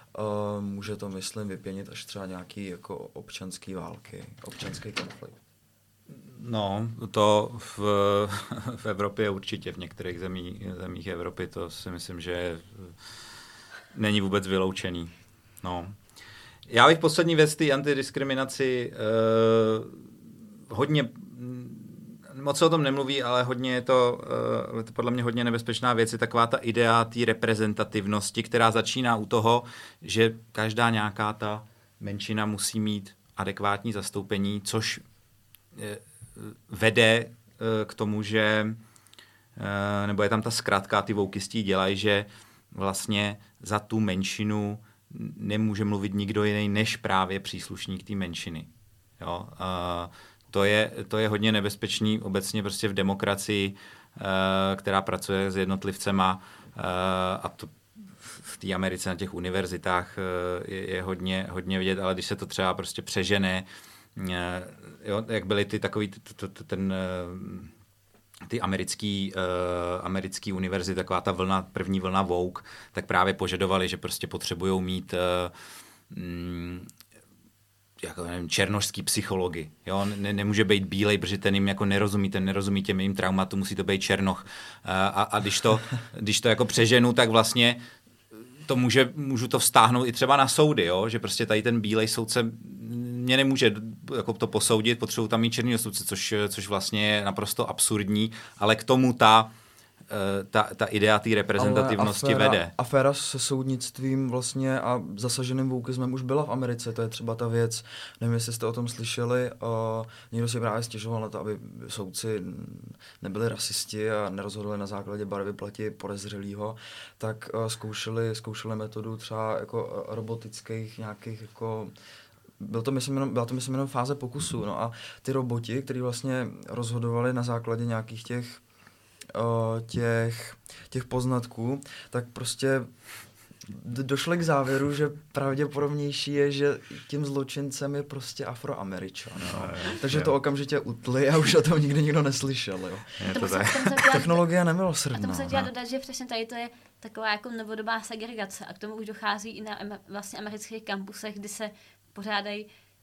uh, může to, myslím, vypěnit až třeba nějaký jako občanský války, občanský konflikt. No, to v, v Evropě určitě, v některých zemí, zemích Evropy to si myslím, že není vůbec vyloučený. No. Já bych poslední věc, ty antidiskriminaci, eh, hodně, moc se o tom nemluví, ale hodně je to, eh, podle mě hodně nebezpečná věc, je taková ta idea té reprezentativnosti, která začíná u toho, že každá nějaká ta menšina musí mít adekvátní zastoupení, což eh, vede uh, k tomu, že uh, nebo je tam ta zkratka, ty woukistí dělají, že vlastně za tu menšinu nemůže mluvit nikdo jiný než právě příslušník té menšiny. Jo? Uh, to, je, to je hodně nebezpečný obecně prostě v demokracii, uh, která pracuje s jednotlivcema uh, a to v té Americe na těch univerzitách uh, je, je hodně, hodně vidět, ale když se to třeba prostě přežene, jo, jak byly ty takový t, t, t, ten ty americký, uh, americký univerzity, taková ta vlna, první vlna woke, tak právě požadovali, že prostě potřebujou mít uh, mm, jako, nevím, černošský psychologi. Jo? Ne, nemůže být bílej, protože ten jim jako nerozumí, ten nerozumí těm jim traumatu, musí to být černoch. Uh, a a když, to, když to jako přeženu, tak vlastně to může, můžu to vztáhnout i třeba na soudy, jo? Že prostě tady ten bílej soudce mě nemůže jako to posoudit, potřebuji tam mít černýho soudce, což, což vlastně je naprosto absurdní, ale k tomu ta, ta, ta idea té reprezentativnosti aféra, vede. Aféra se soudnictvím vlastně a zasaženým woukismem už byla v Americe, to je třeba ta věc, nevím, jestli jste o tom slyšeli, uh, někdo si právě stěžoval na to, aby soudci nebyli rasisti a nerozhodli na základě barvy pleti podezřelýho, tak uh, zkoušeli, zkoušeli metodu třeba jako robotických nějakých jako Byl to, myslím, jenom, byla to, myslím, jenom fáze pokusu. No a ty roboti, kteří vlastně rozhodovali na základě nějakých těch, uh, těch, těch poznatků, tak prostě došli k závěru, že pravděpodobnější je, že tím zločincem je prostě Afroameričan. No. Takže to okamžitě utli a už o tom nikdy nikdo neslyšel. Jo. To se, Technologie nemilosrdná. A tomu se chtěla dodat, že přesně tady to je taková jako novodobá segregace a k tomu už dochází i na vlastně amerických kampusech, kdy se pořádají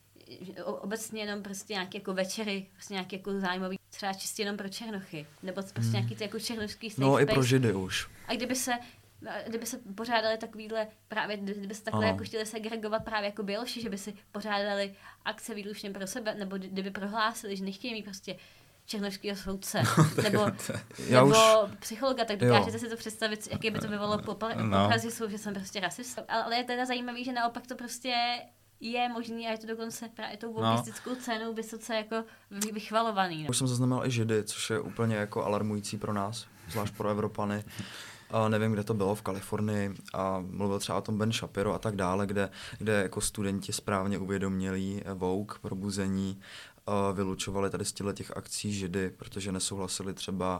obecně jenom prostě nějaké jako večery, prostě nějaké jako zájmový, třeba čistě jenom pro černochy, nebo prostě hmm. nějaký ty jako černošský safe No space. i pro židy už. A kdyby se kdyby se pořádali takovýhle, právě kdyby se takhle ano. jako chtěli segregovat právě jako běloši, že by si pořádali akce výlučně pro sebe, nebo kdyby prohlásili, že nechtějí mít prostě černošského soudce, nebo, nebo už... psychologa, tak dokážete jo. si to představit, jaký by to vyvolalo po Praze, no. že jsem prostě rasista. Ale je teda zajímavý, že naopak to prostě je možný a je to dokonce právě tou wokeistickou no. cenou vysoce jako vychvalovaný. No. Už jsem zaznamenal i židy, což je úplně jako alarmující pro nás, zvlášť pro Evropany. A nevím, kde to bylo, v Kalifornii a mluvil třeba o tom Ben Shapiro a tak dále, kde, kde jako studenti správně uvědomili woke, probuzení, vylučovali tady z těch akcí židy, protože nesouhlasili třeba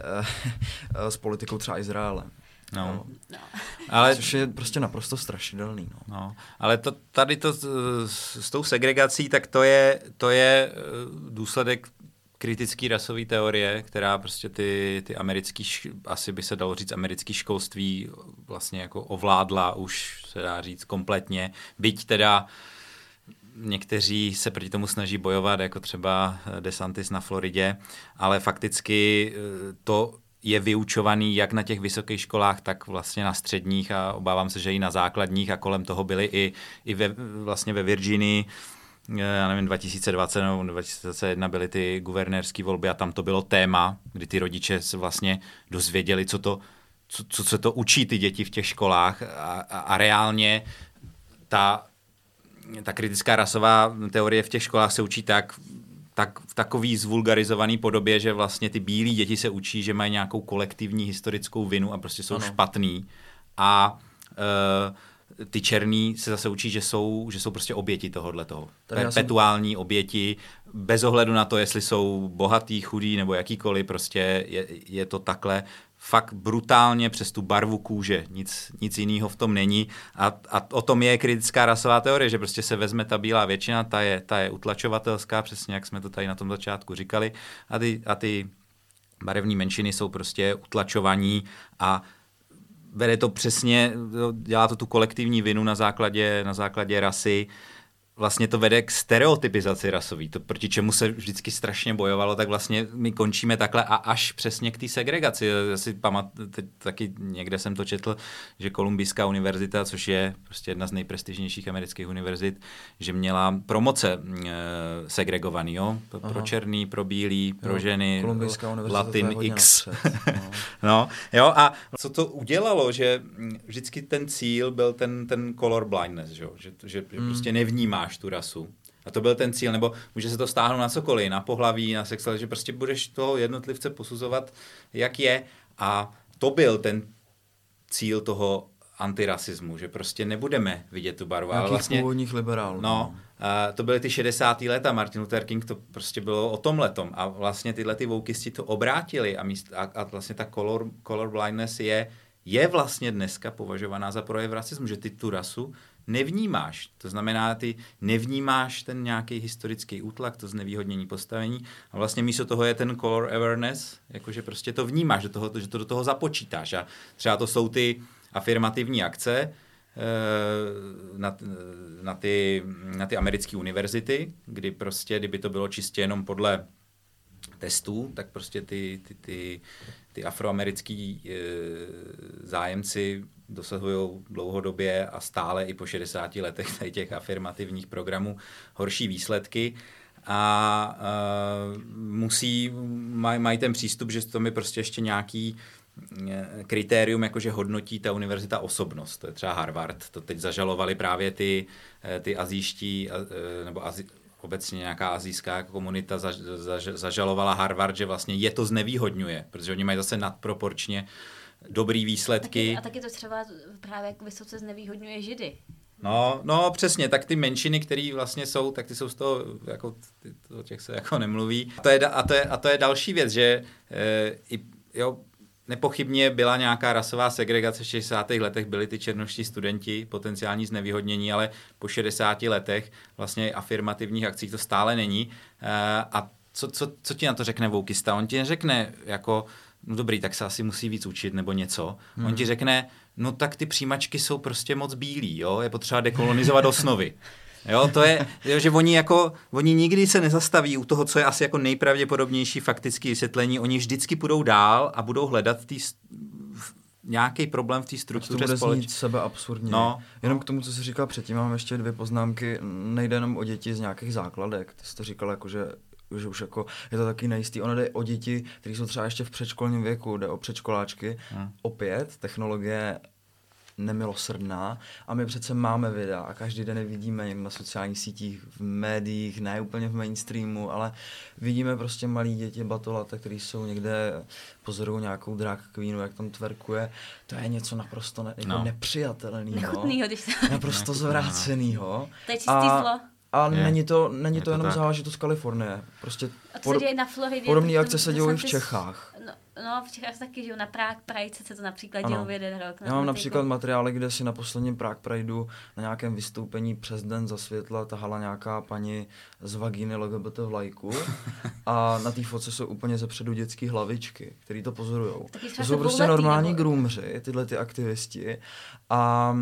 s politikou třeba Izraele. No. No. Ale, což je prostě naprosto strašidelný. No. No. Ale to, tady to s, s tou segregací, tak to je, to je důsledek kritické rasové teorie, která prostě ty, ty americký, asi by se dalo říct, americký školství vlastně jako ovládla už, se dá říct, kompletně. Byť teda někteří se proti tomu snaží bojovat, jako třeba DeSantis na Floridě, ale fakticky to je vyučovaný jak na těch vysokých školách, tak vlastně na středních a obávám se, že i na základních a kolem toho byly i, i ve, vlastně ve Virginii, já nevím, dva tisíce dvacet nebo dva tisíce dvacet jedna byly ty guvernérské volby a tam to bylo téma, kdy ty rodiče se vlastně dozvěděli, co to, co, co se to učí ty děti v těch školách a, a, a reálně ta, ta kritická rasová teorie v těch školách se učí tak, tak v takový zvulgarizovaný podobě, že vlastně ty bílí děti se učí, že mají nějakou kolektivní historickou vinu a prostě jsou ano. špatný a uh, ty černý se zase učí, že jsou, že jsou prostě oběti tohohletoho. Perpetuální jsem... oběti, bez ohledu na to, jestli jsou bohatý, chudý nebo jakýkoliv, prostě je, je to takhle fakt brutálně přes tu barvu kůže. Nic, nic jiného v tom není. A, a o tom je kritická rasová teorie, že prostě se vezme ta bílá většina, ta je, ta je utlačovatelská, přesně jak jsme to tady na tom začátku říkali, a ty, a ty barevní menšiny jsou prostě utlačovaní a vede to přesně, dělá to tu kolektivní vinu na základě, na základě rasy. Vlastně to vede k stereotypizaci rasový, to proti čemu se vždycky strašně bojovalo, tak vlastně my končíme takhle a až přesně k té segregaci. Já si pamatuju, taky někde jsem to četl, že Kolumbijská univerzita, což je prostě jedna z nejprestižnějších amerických univerzit, že měla promoce e, segregovaný, jo? Pro Aha. černý, pro bílý, pro no, ženy, Latin X. No. no, jo, a co to udělalo, že vždycky ten cíl byl ten, ten color blindness, že, že, že hmm. prostě nevnímáš tu rasu. A to byl ten cíl, nebo může se to stáhnout na cokoliv, na pohlaví, na sexualitu, že prostě budeš toho jednotlivce posuzovat, jak je. A to byl ten cíl toho antirasismu, že prostě nebudeme vidět tu barvu. Nějakých vlastně původních liberálů. No, a to byly ty šedesátá léta, Martin Luther King, to prostě bylo o tomhletom. A vlastně tyhle ty wokeisti to obrátili a, míst, a, a vlastně ta color, color blindness je, je vlastně dneska považovaná za projev rasismu, že ty tu rasu nevnímáš. To znamená, ty nevnímáš ten nějaký historický útlak, to znevýhodnění postavení a vlastně místo toho je ten color awareness, jakože prostě to vnímáš, do toho, že to do toho započítáš. A třeba to jsou ty afirmativní akce na, na, ty, na ty americké univerzity, kdy prostě, kdyby to bylo čistě jenom podle testů, tak prostě ty, ty, ty, ty afroamerický e, zájemci dosahují dlouhodobě a stále i po šedesáti letech tady těch afirmativních programů horší výsledky a e, musí, maj, mají ten přístup, že to mi prostě ještě nějaký kritérium, jakože hodnotí ta univerzita osobnost. To je třeba Harvard. To teď zažalovali právě ty, ty azijští, nebo azi, obecně nějaká azijská komunita zaž, zaž, zažalovala Harvard, že vlastně je to znevýhodňuje, protože oni mají zase nadproporčně dobrý výsledky. Taky, a taky to třeba právě jako vysoce znevýhodňuje Židy. No, no přesně, tak ty menšiny, které vlastně jsou, tak ty jsou z toho, jako, ty, o těch se jako nemluví. A to je, a to je, a to je další věc, že e, i, jo, nepochybně byla nějaká rasová segregace v šedesátých letech, byli ty černoští studenti, potenciální znevýhodnění, ale po šedesáti letech vlastně afirmativních akcích to stále není. A co, co, co ti na to řekne wokeista? On ti neřekne jako, no dobrý, tak se asi musí víc učit nebo něco. Hmm. On ti řekne, no tak ty přijímačky jsou prostě moc bílý, jo? Je potřeba dekolonizovat osnovy. Jo, to je, jo, že oni jako, oni nikdy se nezastaví u toho, co je asi jako nejpravděpodobnější faktické vysvětlení, oni vždycky půjdou dál a budou hledat tý, nějaký problém v té struktuře společnosti. To bude znít sebe absurdně. No, Jenom no. k tomu, co jsi říkal předtím, mám ještě dvě poznámky. Nejde jenom o děti z nějakých základek. Ty jsi to říkal jako, že že už jako je to taky nejistý. Ono jde o děti, které jsou třeba ještě v předškolním věku, jde o předškoláčky. Hmm. Opět, technologie nemilosrdná a my přece máme videa a každý den je vidíme někde na sociálních sítích, v médiích, ne úplně v mainstreamu, ale vidíme prostě malí děti batolata, který jsou někde, pozorují nějakou drag queenu, jak tam twerkuje. To je něco naprosto ne, jako no. nepřijatelného. Nechutnýho, když se... Naprosto zvrácenýho. To je čistý zlo. A je. není to, není je to, to jenom tak. záležitost Kalifornie. Prostě a to se děje na Floridě. Podobné akce se dějí i v Čechách. No, no, v Čechách taky, že na Prague Pride se to například dělo v jeden rok. Já mám například materiály, kde si na posledním Prague Prideu na nějakém vystoupení přes den za světla tahala nějaká paní z vagíny L G B T vlajku a na té fotce jsou úplně zepředu dětský hlavičky, který to pozorujou. To jsou prostě normální groomři, tyhle ty aktivisti a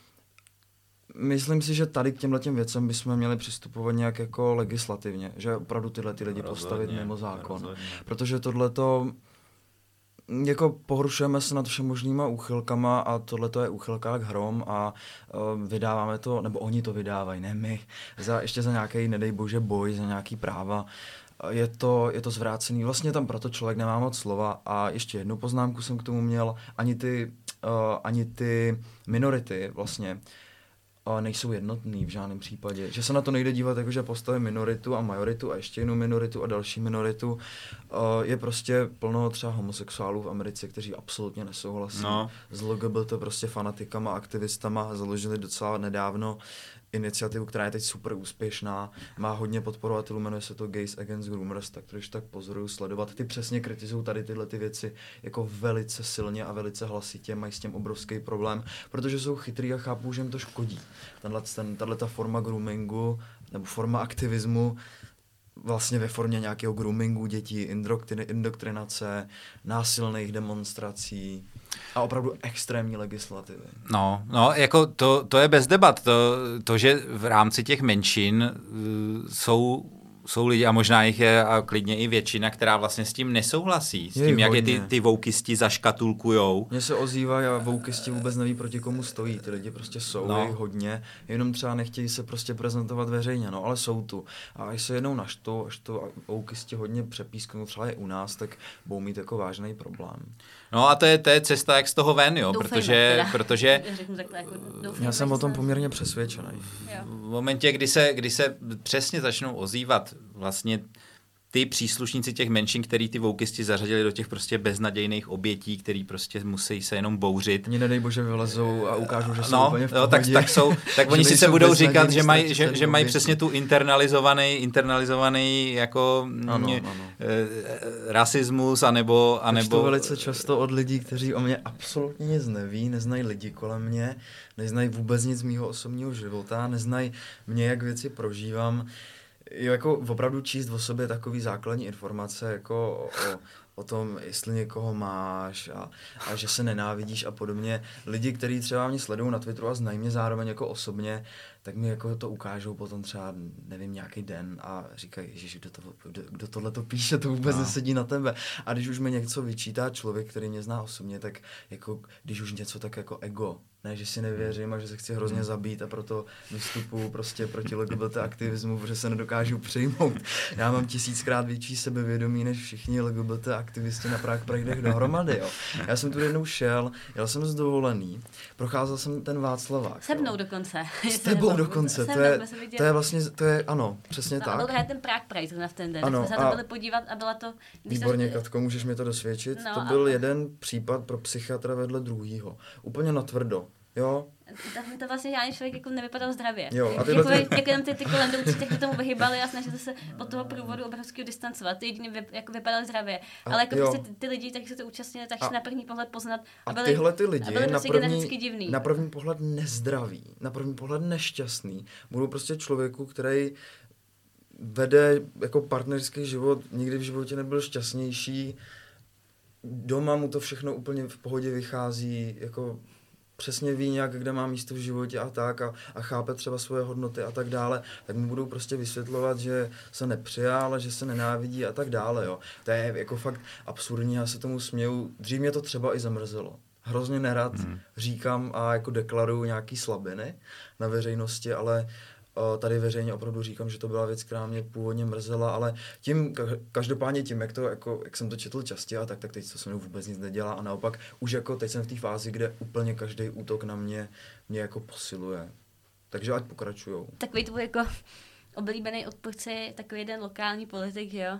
myslím si, že tady k těmhletěm věcem bychom měli přistupovat nějak jako legislativně, že opravdu tyhle ty lidi rozhodně, postavit mimo zákon. Rozhodně. Protože tohleto, jako pohoršujeme se nad všemožnýma úchylkama a tohleto je úchylka jak hrom a uh, vydáváme to, nebo oni to vydávají, ne my, za, ještě za nějaký, nedej bože, boj, za nějaký práva. Je to, je to zvrácený. Vlastně tam proto člověk nemá moc slova a ještě jednu poznámku jsem k tomu měl. Ani ty, uh, ani ty minority vlastně nejsou jednotný v žádném případě. Že se na to nejde dívat jako, že postavím minoritu a majoritu a ještě jinou minoritu a další minoritu. Je prostě plno třeba homosexuálů v Americe, kteří absolutně nesouhlasí no. s L G B T prostě fanatikama, aktivistama. Založili docela nedávno iniciativu, která je teď super úspěšná, má hodně podporovatelů, jmenuje se to Gays Against Groomers, tak to když tak pozoruju sledovat. Ty přesně kritizují tady tyhle ty věci jako velice silně a velice hlasitě, mají s tím obrovský problém, protože jsou chytrý a chápou, že jim to škodí. Tenhle, ten, tato forma groomingu nebo forma aktivismu vlastně ve formě nějakého groomingu dětí, indoktrinace, násilných demonstrací. A opravdu extrémní legislativy. No, no jako to, to je bez debat. To, to, že v rámci těch menšin uh, jsou jsou lidi, a možná jich je a klidně i většina, která vlastně s tím nesouhlasí. S Je tím, jak hodně. je ty, ty voukisti zaškatulkujou. Mně se ozývají a voukisti vůbec neví, proti komu stojí. Ty lidi prostě jsou, No. je jich hodně, jenom třeba nechtějí se prostě prezentovat veřejně, no, ale jsou tu. A až se jednou naštou, až to voukisti hodně přepísknou, třeba je u nás, tak budou mít jako vážný problém. No a to je, to je cesta, jak z toho ven, jo, Doufejme, protože, teda. protože Řeknu takhle, jako doufejme, Já jsem že o tom se- poměrně přesvědčený. Jo. v momentě, kdy se, kdy se přesně začnou ozývat vlastně ty příslušníci těch menšin, který ty voukisti zařadili do těch prostě beznadějných obětí, který prostě musí se jenom bouřit. Ani nedej bože vylezou a ukážou, že jsou No, úplně v jo, tak, pohodě. tak, jsou, tak Že oni sice nejsou budou beznadějný říkat, že mají, že, ztratitelný že mají oběti. přesně tu internalizovaný, internalizovaný jako Ano, mě, ano. eh, rasismus, anebo, Anebo... anebo to velice často od lidí, kteří o mě absolutně nic neví, neznají lidi kolem mě, neznají vůbec nic z mýho osobního života, neznají mě, jak věci prožívám. Jo, jako opravdu číst o sobě takový základní informace, jako o, o tom, jestli někoho máš a, a že se nenávidíš a podobně. Lidi, kteří třeba mě sledují na Twitteru a znají mě zároveň jako osobně, tak mi jako to ukážou potom třeba, nevím, nějaký den a říkají, ježiš, kdo, to, kdo, kdo tohle to píše, to vůbec No. nesedí na tebe. A když už mi něco vyčítá člověk, který mě zná osobně, tak jako, když už něco, tak jako ego. Ne, že si nevěřím a že se chci hrozně zabít a proto vystupuju prostě proti L G B T aktivismu, protože se nedokážu přijmout. Já mám tisíckrát větší sebevědomí než všichni L G B T aktivisti na Prague Pridech dohromady, jo. Já jsem tu jednou šel, jel jsem z dovolený, procházel jsem ten Václavák. Se mnou jo. dokonce. S tebou dokonce, Se to mnou je, jsme se viděli. to je vlastně, to je, ano, přesně No, tak. a byl právě ten Prague Pride zrovna v ten den, Ano, tak jsme se na a- to byli podívat a byla to... když Výborně, jsem- Katko, můžeš mi to dosvědčit? No, to a- byl jeden případ pro psychiatra vedle druhýho. Úplně natvrdo, jo. Tak to vlastně žádný člověk jako nevypadal zdravě. Jo, a A tyhle jako, ty- jako jenom ty, ty kolendoucí, tak ty tomu vyhybali a snažili se od toho průvodu obrovského distancovat. Ty jediný vy, jako vypadali zdravě. A Ale jako jo. prostě ty, ty lidi, tak se to účastnili, tak A- se na první pohled poznat. A byli, tyhle ty a lidi byli na prostě první, geneticky divný. na první pohled nezdraví, na první pohled nešťastný, budou prostě člověku, který vede jako partnerský život, nikdy v životě nebyl šťastnější, doma mu to všechno úplně v pohodě vychází, jako přesně ví nějak, kde má místo v životě a tak a, a chápe třeba svoje hodnoty a tak dále, tak mu budou prostě vysvětlovat, že se nepřijal, že se nenávidí a tak dále, jo. To je jako fakt absurdní, já se tomu směju, dřív mě to třeba i zamrzelo. Hrozně nerad hmm. říkám a jako deklaruju nějaký slabiny na veřejnosti, ale uh, tady veřejně opravdu říkám, že to byla věc, která mě původně mrzela, ale tím, ka- každopádně tím, jak, to, jako, jak jsem to četl častěji, tak, tak teď to se mnou vůbec nic nedělá a naopak už jako teď jsem v té fázi, kde úplně každý útok na mě mě jako posiluje. Takže ať pokračujou. Takový tvůj jako oblíbený odpůrce, takový jeden lokální politik, jo?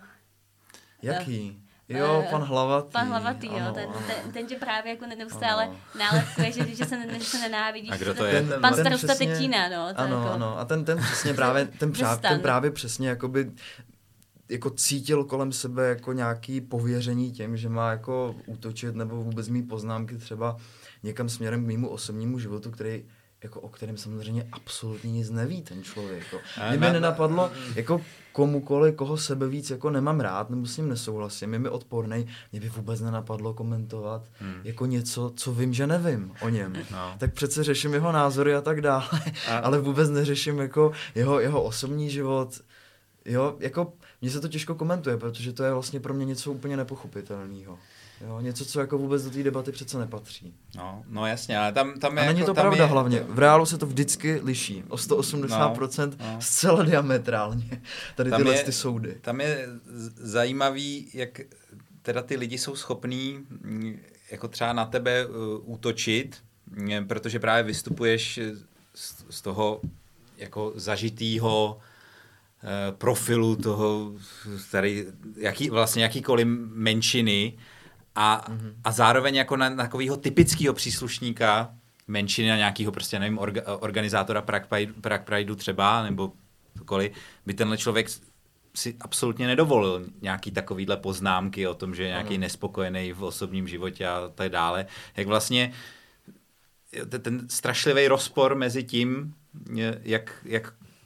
Jaký? Jo, Eh, pan Hlavatý. Pan Hlavatý, ano, jo, ten, ano. ten, ten tě právě jako neustále Ano. nálepkuje, že, že, se, ne, že se nenávidíš. A kdo to ten, je? Pan Ten- ten starosta přesně- Tetína, no. To Ano, jako, ano. A ten, ten přesně právě, ten, přá, Přestan. ten právě přesně jakoby jako cítil kolem sebe jako nějaký pověření tím, že má jako útočit nebo vůbec mít poznámky třeba někam směrem k mému osobnímu životu, který jako o kterém samozřejmě absolutně nic neví ten člověk. Jako. Mě by nenapadlo, jako komukoli, koho sebe víc jako nemám rád, nebo s ním nesouhlasím, je mi odpornej, mě by vůbec nenapadlo komentovat hmm. jako něco, co vím, že nevím o něm. No. Tak přece řeším jeho názory a tak dále, A- ale vůbec neřeším jako jeho, jeho osobní život. Jo, jako mně se to těžko komentuje, protože to je vlastně pro mě něco úplně nepochopitelného. Jo, něco, co jako vůbec do té debaty přece nepatří. No, no jasně, ale tam, tam je A není jako, to tam pravda je, hlavně. V reálu se to vždycky liší. O sto osmdesát procent No, no. zcela diametrálně. Tady Tam tyhle je- ty soudy. Tam je z- zajímavý, jak teda ty lidi jsou schopní mm, jako třeba na tebe uh, útočit, mm, protože právě vystupuješ z, z toho jako zažitýho eh, profilu toho, tady, jaký, vlastně jakýkoliv menšiny a, mm-hmm. a zároveň jako na, na takového typického příslušníka menšiny, na nějakého prostě, nevím, orga, organizátora Prague, Pride, Prague Prideu třeba, nebo cokoliv, by tenhle člověk si absolutně nedovolil nějaký takovýhle poznámky o tom, že je nějaký Ano. nespokojený v osobním životě a tak dále. Jak vlastně ten strašlivý rozpor mezi tím, jak, jak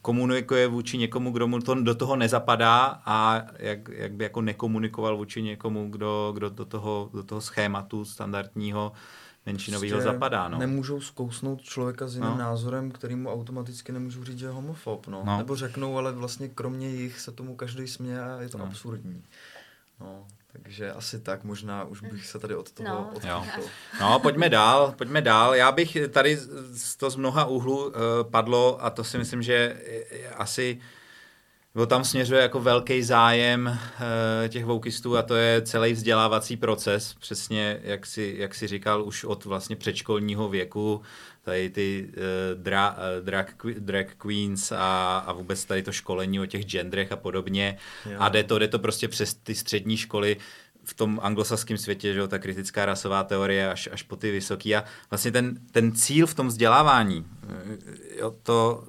komunikuje vůči někomu, kdo mu to do toho nezapadá a jak, jak by jako nekomunikoval vůči někomu, kdo, kdo do toho, do toho schématu standardního menšinového prostě zapadá. No. Nemůžou zkousnout člověka s jiným no. názorem, kterýmu automaticky nemůžou říct, že je homofob. No. No. Nebo řeknou, ale vlastně kromě jich se tomu každý směje a je to no. absurdní. No. Takže asi tak, možná už bych se tady od toho no. odpíchl. No, pojďme dál, pojďme dál. Já bych tady to z mnoha úhlů uh, padlo a to si myslím, že asi bo tam směřuje jako velký zájem uh, těch wokeistů a to je celý vzdělávací proces, přesně jak si, jak si říkal, už od vlastně předškolního věku, tady ty uh, dra, uh, drag, drag queens a, a vůbec tady to školení o těch genderech a podobně. Jo. A jde to, jde to prostě přes ty střední školy v tom anglosaském světě, že jo, ta kritická rasová teorie až, až po ty vysoký. A vlastně ten, ten cíl v tom vzdělávání, jo, to,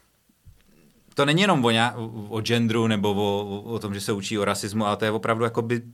to není jenom o, ně, o genderu nebo o, o tom, že se učí o rasismu, ale to je opravdu jakoby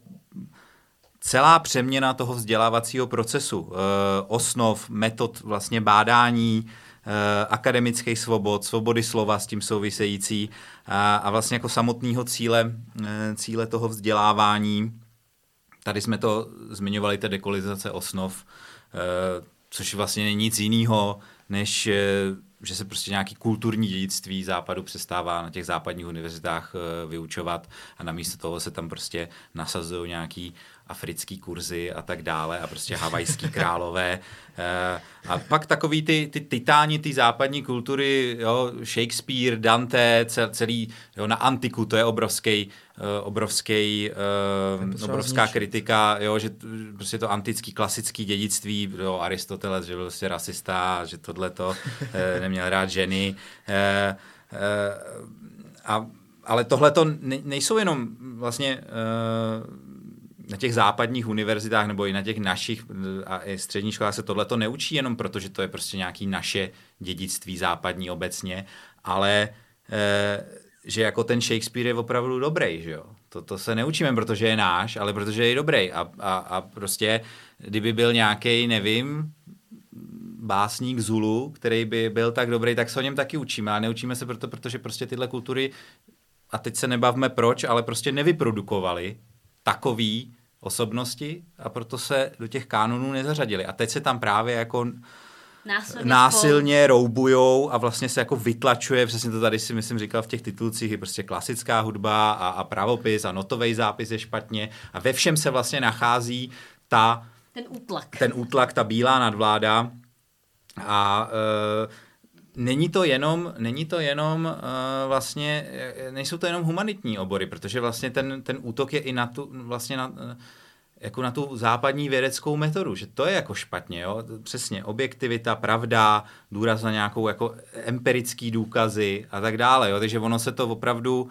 celá přeměna toho vzdělávacího procesu, e, osnov, metod vlastně bádání, e, akademických svobod, svobody slova s tím související a, a vlastně jako samotného cíle, e, cíle toho vzdělávání. Tady jsme to zmiňovali, ta dekolonizace osnov, e, což vlastně není nic jiného, než e, že se prostě nějaký kulturní dědictví západu přestává na těch západních univerzitách e, vyučovat a namísto toho se tam prostě nasazují nějaký africký kurzy a tak dále a prostě havajský králové. E, a pak takový ty, ty titáni, ty západní kultury, jo, Shakespeare, Dante, cel, celý, jo, na antiku, to je obrovský, uh, obrovský, uh, obrovská zničit. kritika, jo, že prostě to antický, klasický dědictví, jo, Aristoteles, že byl prostě rasista, že tohleto, uh, neměl rád ženy. Uh, uh, a, ale tohleto ne, nejsou jenom vlastně uh, na těch západních univerzitách nebo i na těch našich a i středních školách se tohleto neučí jenom proto, že to je prostě nějaký naše dědictví západní obecně, ale e, že jako ten Shakespeare je opravdu dobrý, že jo. To, to se neučíme, protože je náš, ale protože je dobrý a, a, a prostě kdyby byl nějaký, nevím, básník Zulu, který by byl tak dobrý, tak se o něm taky učíme, a neučíme se proto, protože prostě tyhle kultury, a teď se nebavme proč, ale prostě nevyprodukovali takový osobnosti a proto se do těch kánonů nezařadili. A teď se tam právě jako násilně, násilně roubujou a vlastně se jako vytlačuje, přesně to tady si myslím říkal v těch titulcích, je prostě klasická hudba a, a pravopis a notový zápis je špatně a ve všem se vlastně nachází ta, ten útlak, ten útlak, ta bílá nadvláda a e, Není to jenom, není to jenom uh, vlastně, nejsou to jenom humanitní obory, protože vlastně ten, ten útok je i na tu, vlastně na, jako na tu západní vědeckou metodu, že to je jako špatně, jo? Přesně, objektivita, pravda, důraz na nějakou jako empirický důkazy a tak dále, jo? Takže ono se to opravdu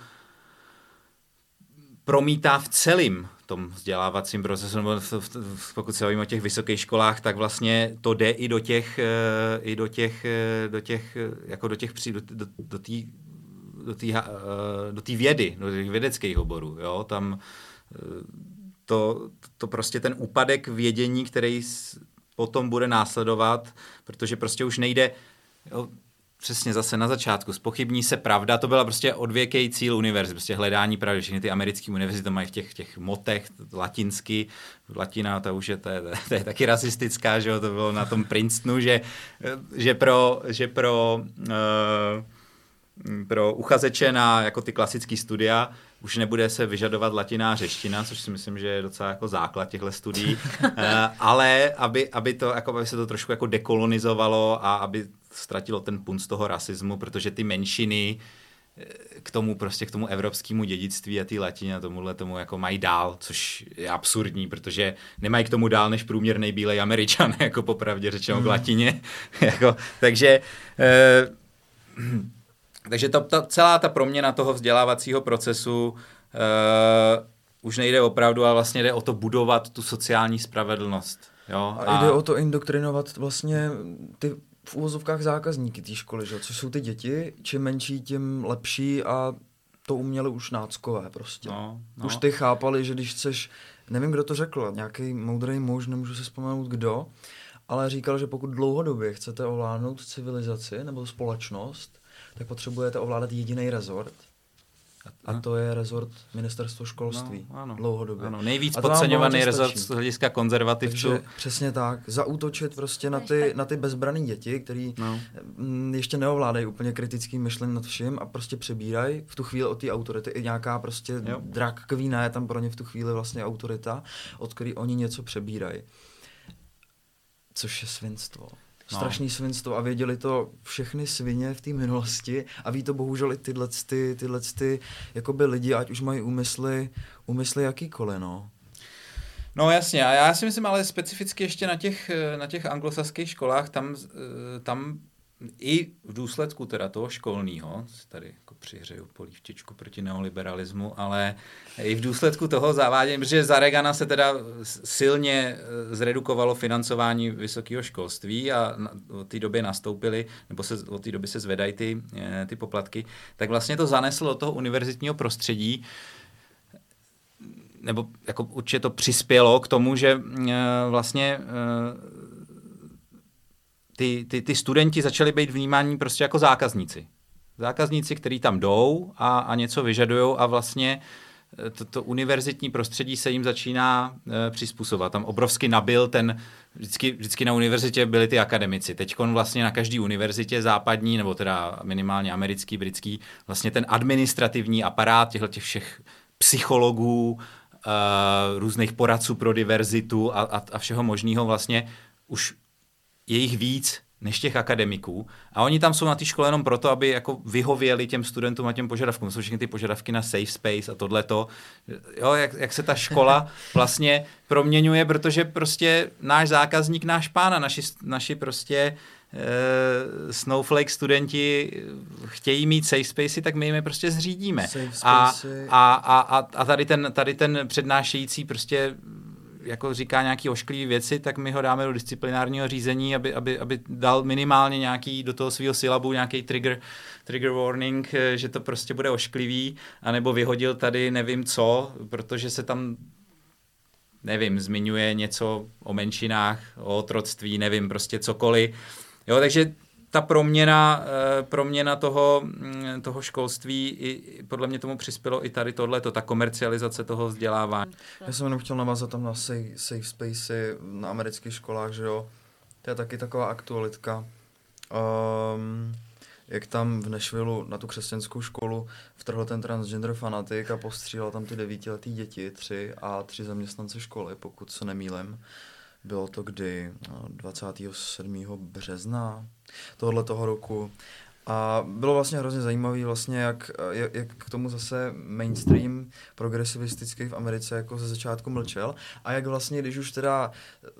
promítá v celém tom vzdělávacím procesu, nebo pokud se bavíme o těch vysokých školách, tak vlastně to jde i do těch, i do těch, do těch, jako do těch, do, do, do té do té do té vědy, do těch vědeckých oborů, jo, tam to, to prostě ten úpadek vědění, který potom bude následovat, protože prostě už nejde, jo, přesně zase na začátku, zpochybní se pravda, to byla prostě odvěký cíl univerzity, prostě hledání pravdy. Všechny ty americké univerzity to mají v těch, těch motech latinsky, latina, ta už je, to je, to je taky rasistická, že jo, to bylo na tom Princetonu, že, že pro, že pro, uh, pro uchazeče na jako ty klasické studia už nebude se vyžadovat latina a řeština, což si myslím, že je docela jako základ těchto studií, uh, ale aby, aby, to, jako, aby se to trošku jako dekolonizovalo a aby ztratilo ten punt z toho rasismu, protože ty menšiny k tomu prostě k tomu evropskému dědictví a ty latině a tomuhle tomu jako mají dál, což je absurdní, protože nemají k tomu dál než průměrný bílej Američan, jako popravdě řečeno mm. k latině. jako, takže eh, takže ta, ta, celá ta proměna toho vzdělávacího procesu eh, už nejde opravdu, ale vlastně jde o to budovat tu sociální spravedlnost. Jo? A, a jde o to indoktrinovat vlastně ty v uvozovkách zákazníky té školy, že? Což jsou ty děti, čím menší, tím lepší a to uměli už náckové prostě. No, no. Už ty chápali, že když chceš, nevím, kdo to řekl, nějaký moudrý muž, nemůžu se vzpomenout kdo, ale říkal, že pokud dlouhodobě chcete ovládnout civilizaci nebo společnost, tak potřebujete ovládat jediný rezort. A to je rezort ministerstvo školství. No, ano, dlouhodobě. Ano, nejvíc podceňovaný rezort z hlediska konzervativců. Takže přesně tak. Zaútočit prostě na ty, na ty bezbraný děti, který no. ještě neovládají úplně kritický myšlení nad vším a prostě přebírají v tu chvíli od té autority. I nějaká prostě jo. drag queen je tam pro ně v tu chvíli vlastně autorita, od který oni něco přebírají. Což je svinstvo. No. Strašný svinstvo a věděli to všechny svině v té minulosti a ví to bohužel i tyhle, ty, tyhle ty, jakoby lidi, ať už mají úmysly, úmysly jakýkoliv, no. No jasně, a já si myslím, ale specificky ještě na těch, na těch anglosaských školách, tam, tam i v důsledku teda toho školního, tady jako přihřeju polívčičku proti neoliberalismu, ale i v důsledku toho zavádění, protože za Reagana se teda silně zredukovalo financování vysokého školství a od té doby nastoupily, nebo se, od té doby se zvedají ty, ty poplatky, tak vlastně to zaneslo do toho univerzitního prostředí, nebo jako určitě to přispělo k tomu, že vlastně Ty, ty, ty studenti začali být vnímáni prostě jako zákazníci. Zákazníci, kteří tam jdou a, a něco vyžadujou a vlastně to, to univerzitní prostředí se jim začíná e, přizpůsobovat. Tam obrovsky nabil ten, vždycky, vždycky na univerzitě byli ty akademici. Teďkon vlastně na každé univerzitě západní, nebo teda minimálně americký, britský, vlastně ten administrativní aparát těchto těch všech psychologů, e, různých poradců pro diverzitu a, a, a všeho možného vlastně už je jich víc než těch akademiků a oni tam jsou na té škole jenom proto, aby jako vyhověli těm studentům a těm požadavkům. Jsou všechny ty požadavky na safe space a tohleto. Jo, jak, jak se ta škola vlastně proměňuje, protože prostě náš zákazník, náš pán a naši, naši prostě uh, snowflake studenti chtějí mít safe spacey, tak my jim je prostě zřídíme. A, a, a, a tady ten, tady ten přednášející prostě jako říká nějaký ošklivý věci, tak my ho dáme do disciplinárního řízení, aby, aby, aby dal minimálně nějaký do toho svého syllabu nějaký trigger, trigger warning, že to prostě bude ošklivý, anebo vyhodil tady nevím co, protože se tam nevím, zmiňuje něco o menšinách, o otroctví, nevím, prostě cokoliv. Jo, takže ta proměna, proměna toho, toho školství i, podle mě tomu přispělo i tady tohleto, ta komercializace toho vzdělávání. Já jsem jenom chtěl navázat tam na safe, safe spacey na amerických školách, že jo. To je taky taková aktualitka. Um, jak tam v Nashvilleu na tu křesťanskou školu vtrhl ten transgender fanatik a postřílel tam ty devítiletý děti, tři a tři zaměstnance školy, pokud se nemýlím. Bylo to kdy? dvacátého sedmého března tohohle toho roku. A bylo vlastně hrozně zajímavé, vlastně, jak, jak, jak k tomu zase mainstream progresivistický v Americe jako ze začátku mlčel a jak vlastně, když už teda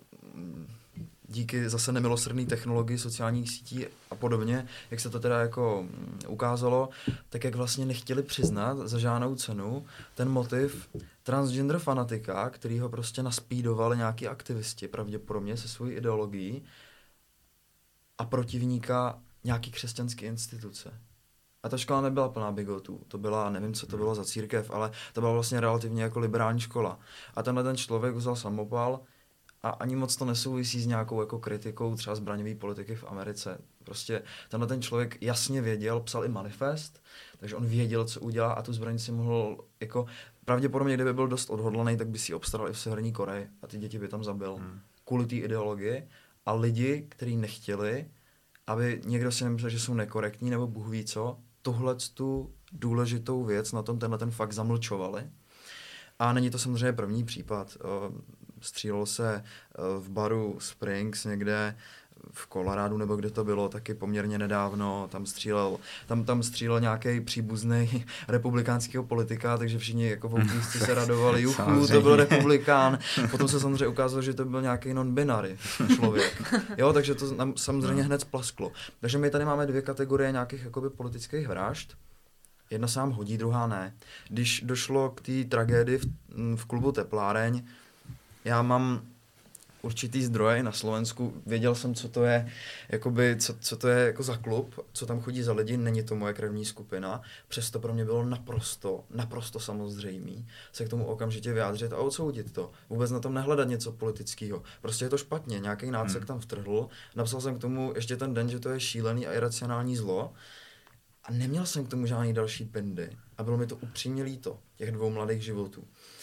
díky zase nemilosrdné technologii sociálních sítí a podobně, jak se to teda jako ukázalo, tak jak vlastně nechtěli přiznat za žádnou cenu ten motiv transgender fanatika, který ho prostě naspídovali nějaký aktivisti, pravděpodobně se svojí ideologií a protivníka nějaký křesťanské instituce. A ta škola nebyla plná bigotů, to byla, nevím, co to bylo za církev, ale to byla vlastně relativně jako liberální škola. A tenhle ten člověk vzal samopal a ani moc to nesouvisí s nějakou jako kritikou třeba zbraňové politiky v Americe. Prostě tenhle ten člověk jasně věděl, psal i manifest, takže on věděl, co udělá a tu zbraň si mohl jako pravděpodobně, kdyby byl dost odhodlaný, tak by si ji obstaral i v Severní Koreji a ty děti by tam zabil. Hmm. Kvůli té ideologii a lidi, kteří nechtěli, aby někdo si nemyslel, že jsou nekorektní nebo Bůh ví co, tuhle tu důležitou věc na tom tenhle ten fakt zamlčovali. A není to samozřejmě první případ. Střílelo se v baru Springs někde v Kolorádu, nebo kde to bylo, taky poměrně nedávno, tam střílel, tam, tam střílel nějaký příbuzný republikánského politika, takže všichni jako voukýsci se radovali, juchu, to byl republikán. Potom se samozřejmě ukázalo, že to byl nějaký non-binary člověk. Jo, takže to nám samozřejmě hned splasklo. Takže my tady máme dvě kategorie nějakých jakoby politických vražd. Jedna se nám hodí, druhá ne. Když došlo k té tragédii v, v klubu Tepláreň, já mám určitý zdroje na Slovensku, věděl jsem, co to je, jakoby, co, co to je jako za klub, co tam chodí za lidi, není to moje krevní skupina, přesto pro mě bylo naprosto, naprosto samozřejmý se k tomu okamžitě vyjádřit a odsoudit to. Vůbec na tom nehledat něco politického. Prostě je to špatně, nějaký nácek hmm. tam vtrhl, napsal jsem k tomu ještě ten den, že to je šílený a iracionální zlo A neměl jsem k tomu žádný další pindy. A bylo mi to upřímně líto, těch dvou mladých životů.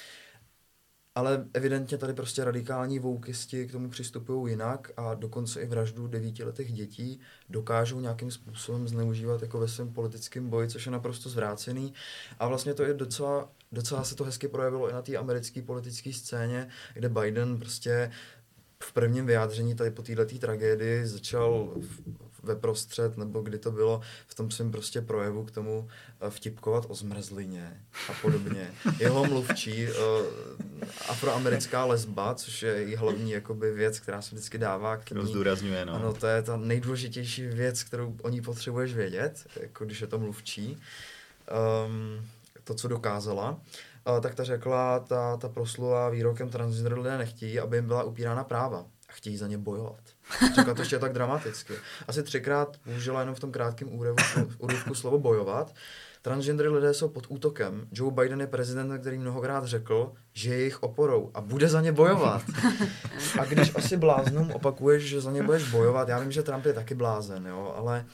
Ale evidentně tady prostě radikální voukisti k tomu přistupují jinak a dokonce i vraždu devítiletých dětí dokážou nějakým způsobem zneužívat jako ve svém politickém boji, což je naprosto zvrácený. A vlastně to je docela, docela se to hezky projevilo i na té americké politické scéně, kde Biden prostě v prvním vyjádření tady po této tragédii začal ve prostřed, nebo kdy to bylo v tom svém prostě projevu k tomu vtipkovat o zmrzlině a podobně. Jeho mluvčí, uh, afroamerická lesba, což je její hlavní jakoby věc, která se vždycky dává k ní. To zdůrazňuje, no. Ano, to je ta nejdůležitější věc, kterou o ní potřebuješ vědět, jako když je to mluvčí. Um, to, co dokázala. Uh, tak ta řekla, ta, ta proslula výrokem transgender lidé nechtějí, aby jim byla upírána práva. A chtějí za ně bojovat. Řekla to ještě tak dramaticky. Asi třikrát použila jenom v tom krátkém úryvku slovo bojovat. Transgender lidé jsou pod útokem. Joe Biden je prezident, který mnohokrát řekl, že je jejich oporou a bude za ně bojovat. A když asi bláznům opakuješ, že za ně budeš bojovat, já vím, že Trump je taky blázen, jo, ale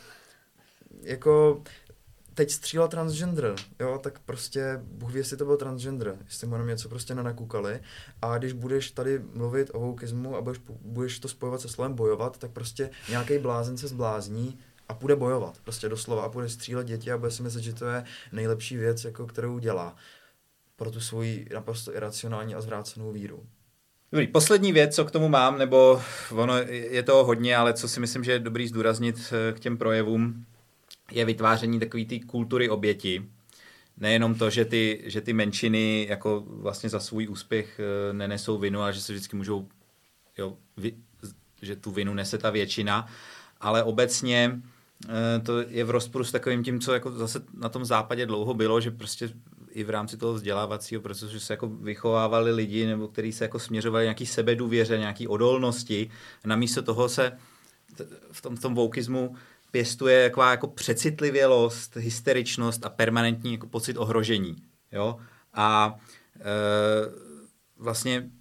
jako teď střílel transgender, jo, tak prostě Bůh ví, jestli to byl transgender, jestli mu jenom něco prostě nenakukali. A když budeš tady mluvit o woukismu a budeš, budeš to spojovat se slovem bojovat, tak prostě nějaký blázen se zblázní a půjde bojovat, prostě doslova, a půjde střílet děti a bude si myslet, že to je nejlepší věc, jako kterou dělá pro tu svoji naprosto iracionální a zvrácenou víru. Dobrý, poslední věc, co k tomu mám, nebo ono je toho hodně, ale co si myslím, že je dobrý zdůraznit k těm projevům, je vytváření takové té kultury oběti. Nejenom to, že ty, že ty menšiny jako vlastně za svůj úspěch nenesou vinu, ale že se vždycky můžou, jo, vy, že tu vinu nese ta většina, ale obecně to je v rozporu s takovým tím, co jako zase na tom západě dlouho bylo, že prostě i v rámci toho vzdělávacího procesu, že se jako vychovávali lidi, nebo kteří se jako směřovali nějaký sebedůvěře, nějaký odolnosti. Namísto toho se v tom, v tom woukismu pěstuje taková jako přecitlivělost, hysteričnost a permanentní jako pocit ohrožení. Jo? A e, vlastně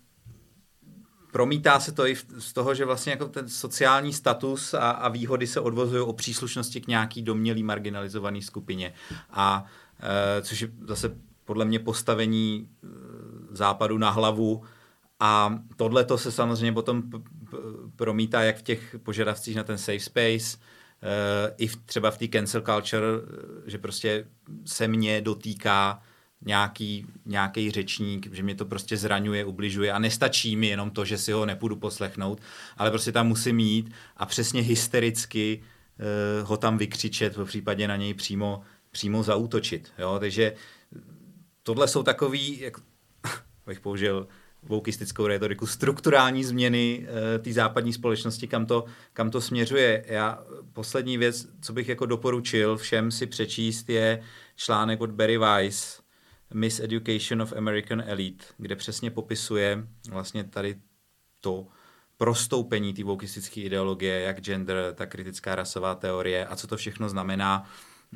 promítá se to i z toho, že vlastně jako ten sociální status a, a výhody se odvozují o příslušnosti k nějaký domnělý marginalizované skupině. A e, což je zase podle mě postavení e, západu na hlavu. A tohleto se samozřejmě potom p- p- promítá jak v těch požadavcích na ten safe space, e, i v, třeba v té cancel culture, že prostě se mě dotýká nějaký, nějaký řečník, že mě to prostě zraňuje, ubližuje a nestačí mi jenom to, že si ho nepůjdu poslechnout, ale prostě tam musím jít a přesně hystericky uh, ho tam vykřičet, v případě na něj přímo, přímo zaútočit. Jo? Takže tohle jsou takový, jak bych použil woukistickou rétoriku, strukturální změny uh, té západní společnosti, kam to, kam to směřuje. Já poslední věc, co bych jako doporučil všem si přečíst, je článek od Barry Weiss, Miseducation of American Elite, kde přesně popisuje vlastně tady to prostoupení té wokeistické ideologie, jak gender, tak kritická rasová teorie a co to všechno znamená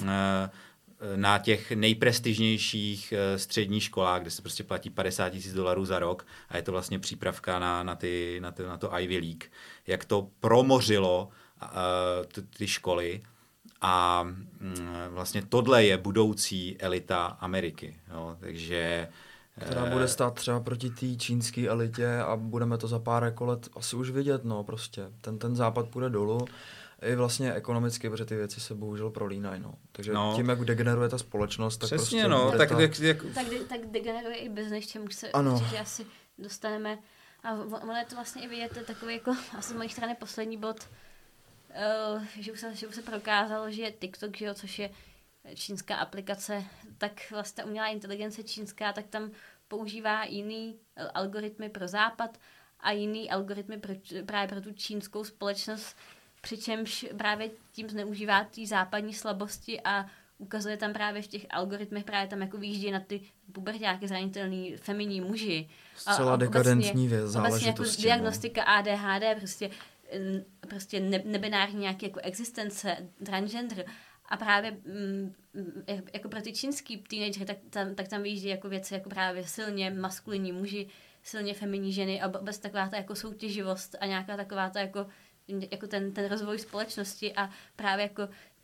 na těch nejprestižnějších středních školách, kde se prostě platí padesát tisíc dolarů za rok a je to vlastně přípravka na, na, ty, na, ty, na to Ivy League. Jak to promořilo uh, ty, ty školy. A vlastně tohle je budoucí elita Ameriky. Jo, takže která bude stát třeba proti té čínské elitě a budeme to za pár jako let asi už vidět, no prostě. Ten, ten západ půjde dolů i vlastně ekonomicky, protože ty věci se bohužel prolínají, no. Takže no. tím, jak degeneruje ta společnost, tak přesně, prostě no, tak, ta... jak, jak... tak, tak degeneruje i business, čemu se ano. určitě asi dostaneme. A ono je to vlastně i vidět, takový jako asi z mojej strany poslední bod, Uh, že, už se, že už se prokázalo, že je TikTok, že jo, což je čínská aplikace, tak vlastně umělá inteligence čínská, tak tam používá jiný algoritmy pro západ a jiný algoritmy pro, právě pro tu čínskou společnost, přičemž právě tím zneužívá ty západní slabosti a ukazuje tam právě v těch algoritmech, právě tam jako výjíždí na ty puberťáky, zranitelný feminní muži. Zcela dekadentní věc, záležitosti. Vlastně jako diagnostika A D H D, prostě prostě ne, nebinární nějaké jako existence, transgender a právě mm, jako pro ty čínský teenagery, tak tam, tak tam vyjíždí jako věci jako právě silně maskulinní muži, silně feminní ženy a bez taková ta jako soutěživost a nějaká taková ta jako, jako ten, ten rozvoj společnosti a právě jako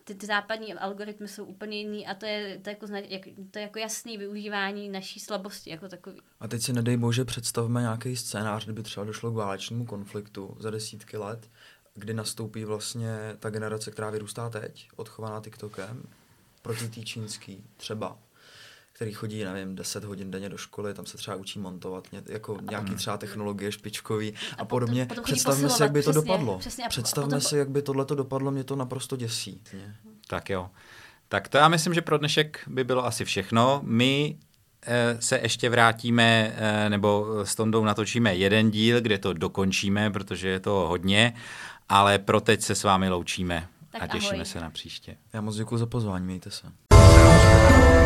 ty, ty západní algoritmy jsou úplně jiný a to je, to, jako, jak, to je jako jasný využívání naší slabosti jako takový. A teď si nedej bože představme nějaký scénář, kdyby třeba došlo k válečnému konfliktu za desítky let, kdy nastoupí vlastně ta generace, která vyrůstá teď, odchovaná TikTokem, proti té čínský třeba, který chodí, nevím, deset hodin denně do školy, tam se třeba učí montovat ně, jako nějaký třeba technologie špičkový a, a podobně. Potom, potom Představme si, jak by to přesně, dopadlo. Přesně, Představme potom... si, jak by tohleto dopadlo, mě to naprosto děsí. Mě. Tak jo. Tak to já myslím, že pro dnešek by bylo asi všechno. My eh, se ještě vrátíme, eh, nebo s Tondou natočíme jeden díl, kde to dokončíme, protože je to hodně, ale pro teď se s vámi loučíme tak a těšíme ahoj. se na příště. Já moc děkuji za pozvání, mějte se.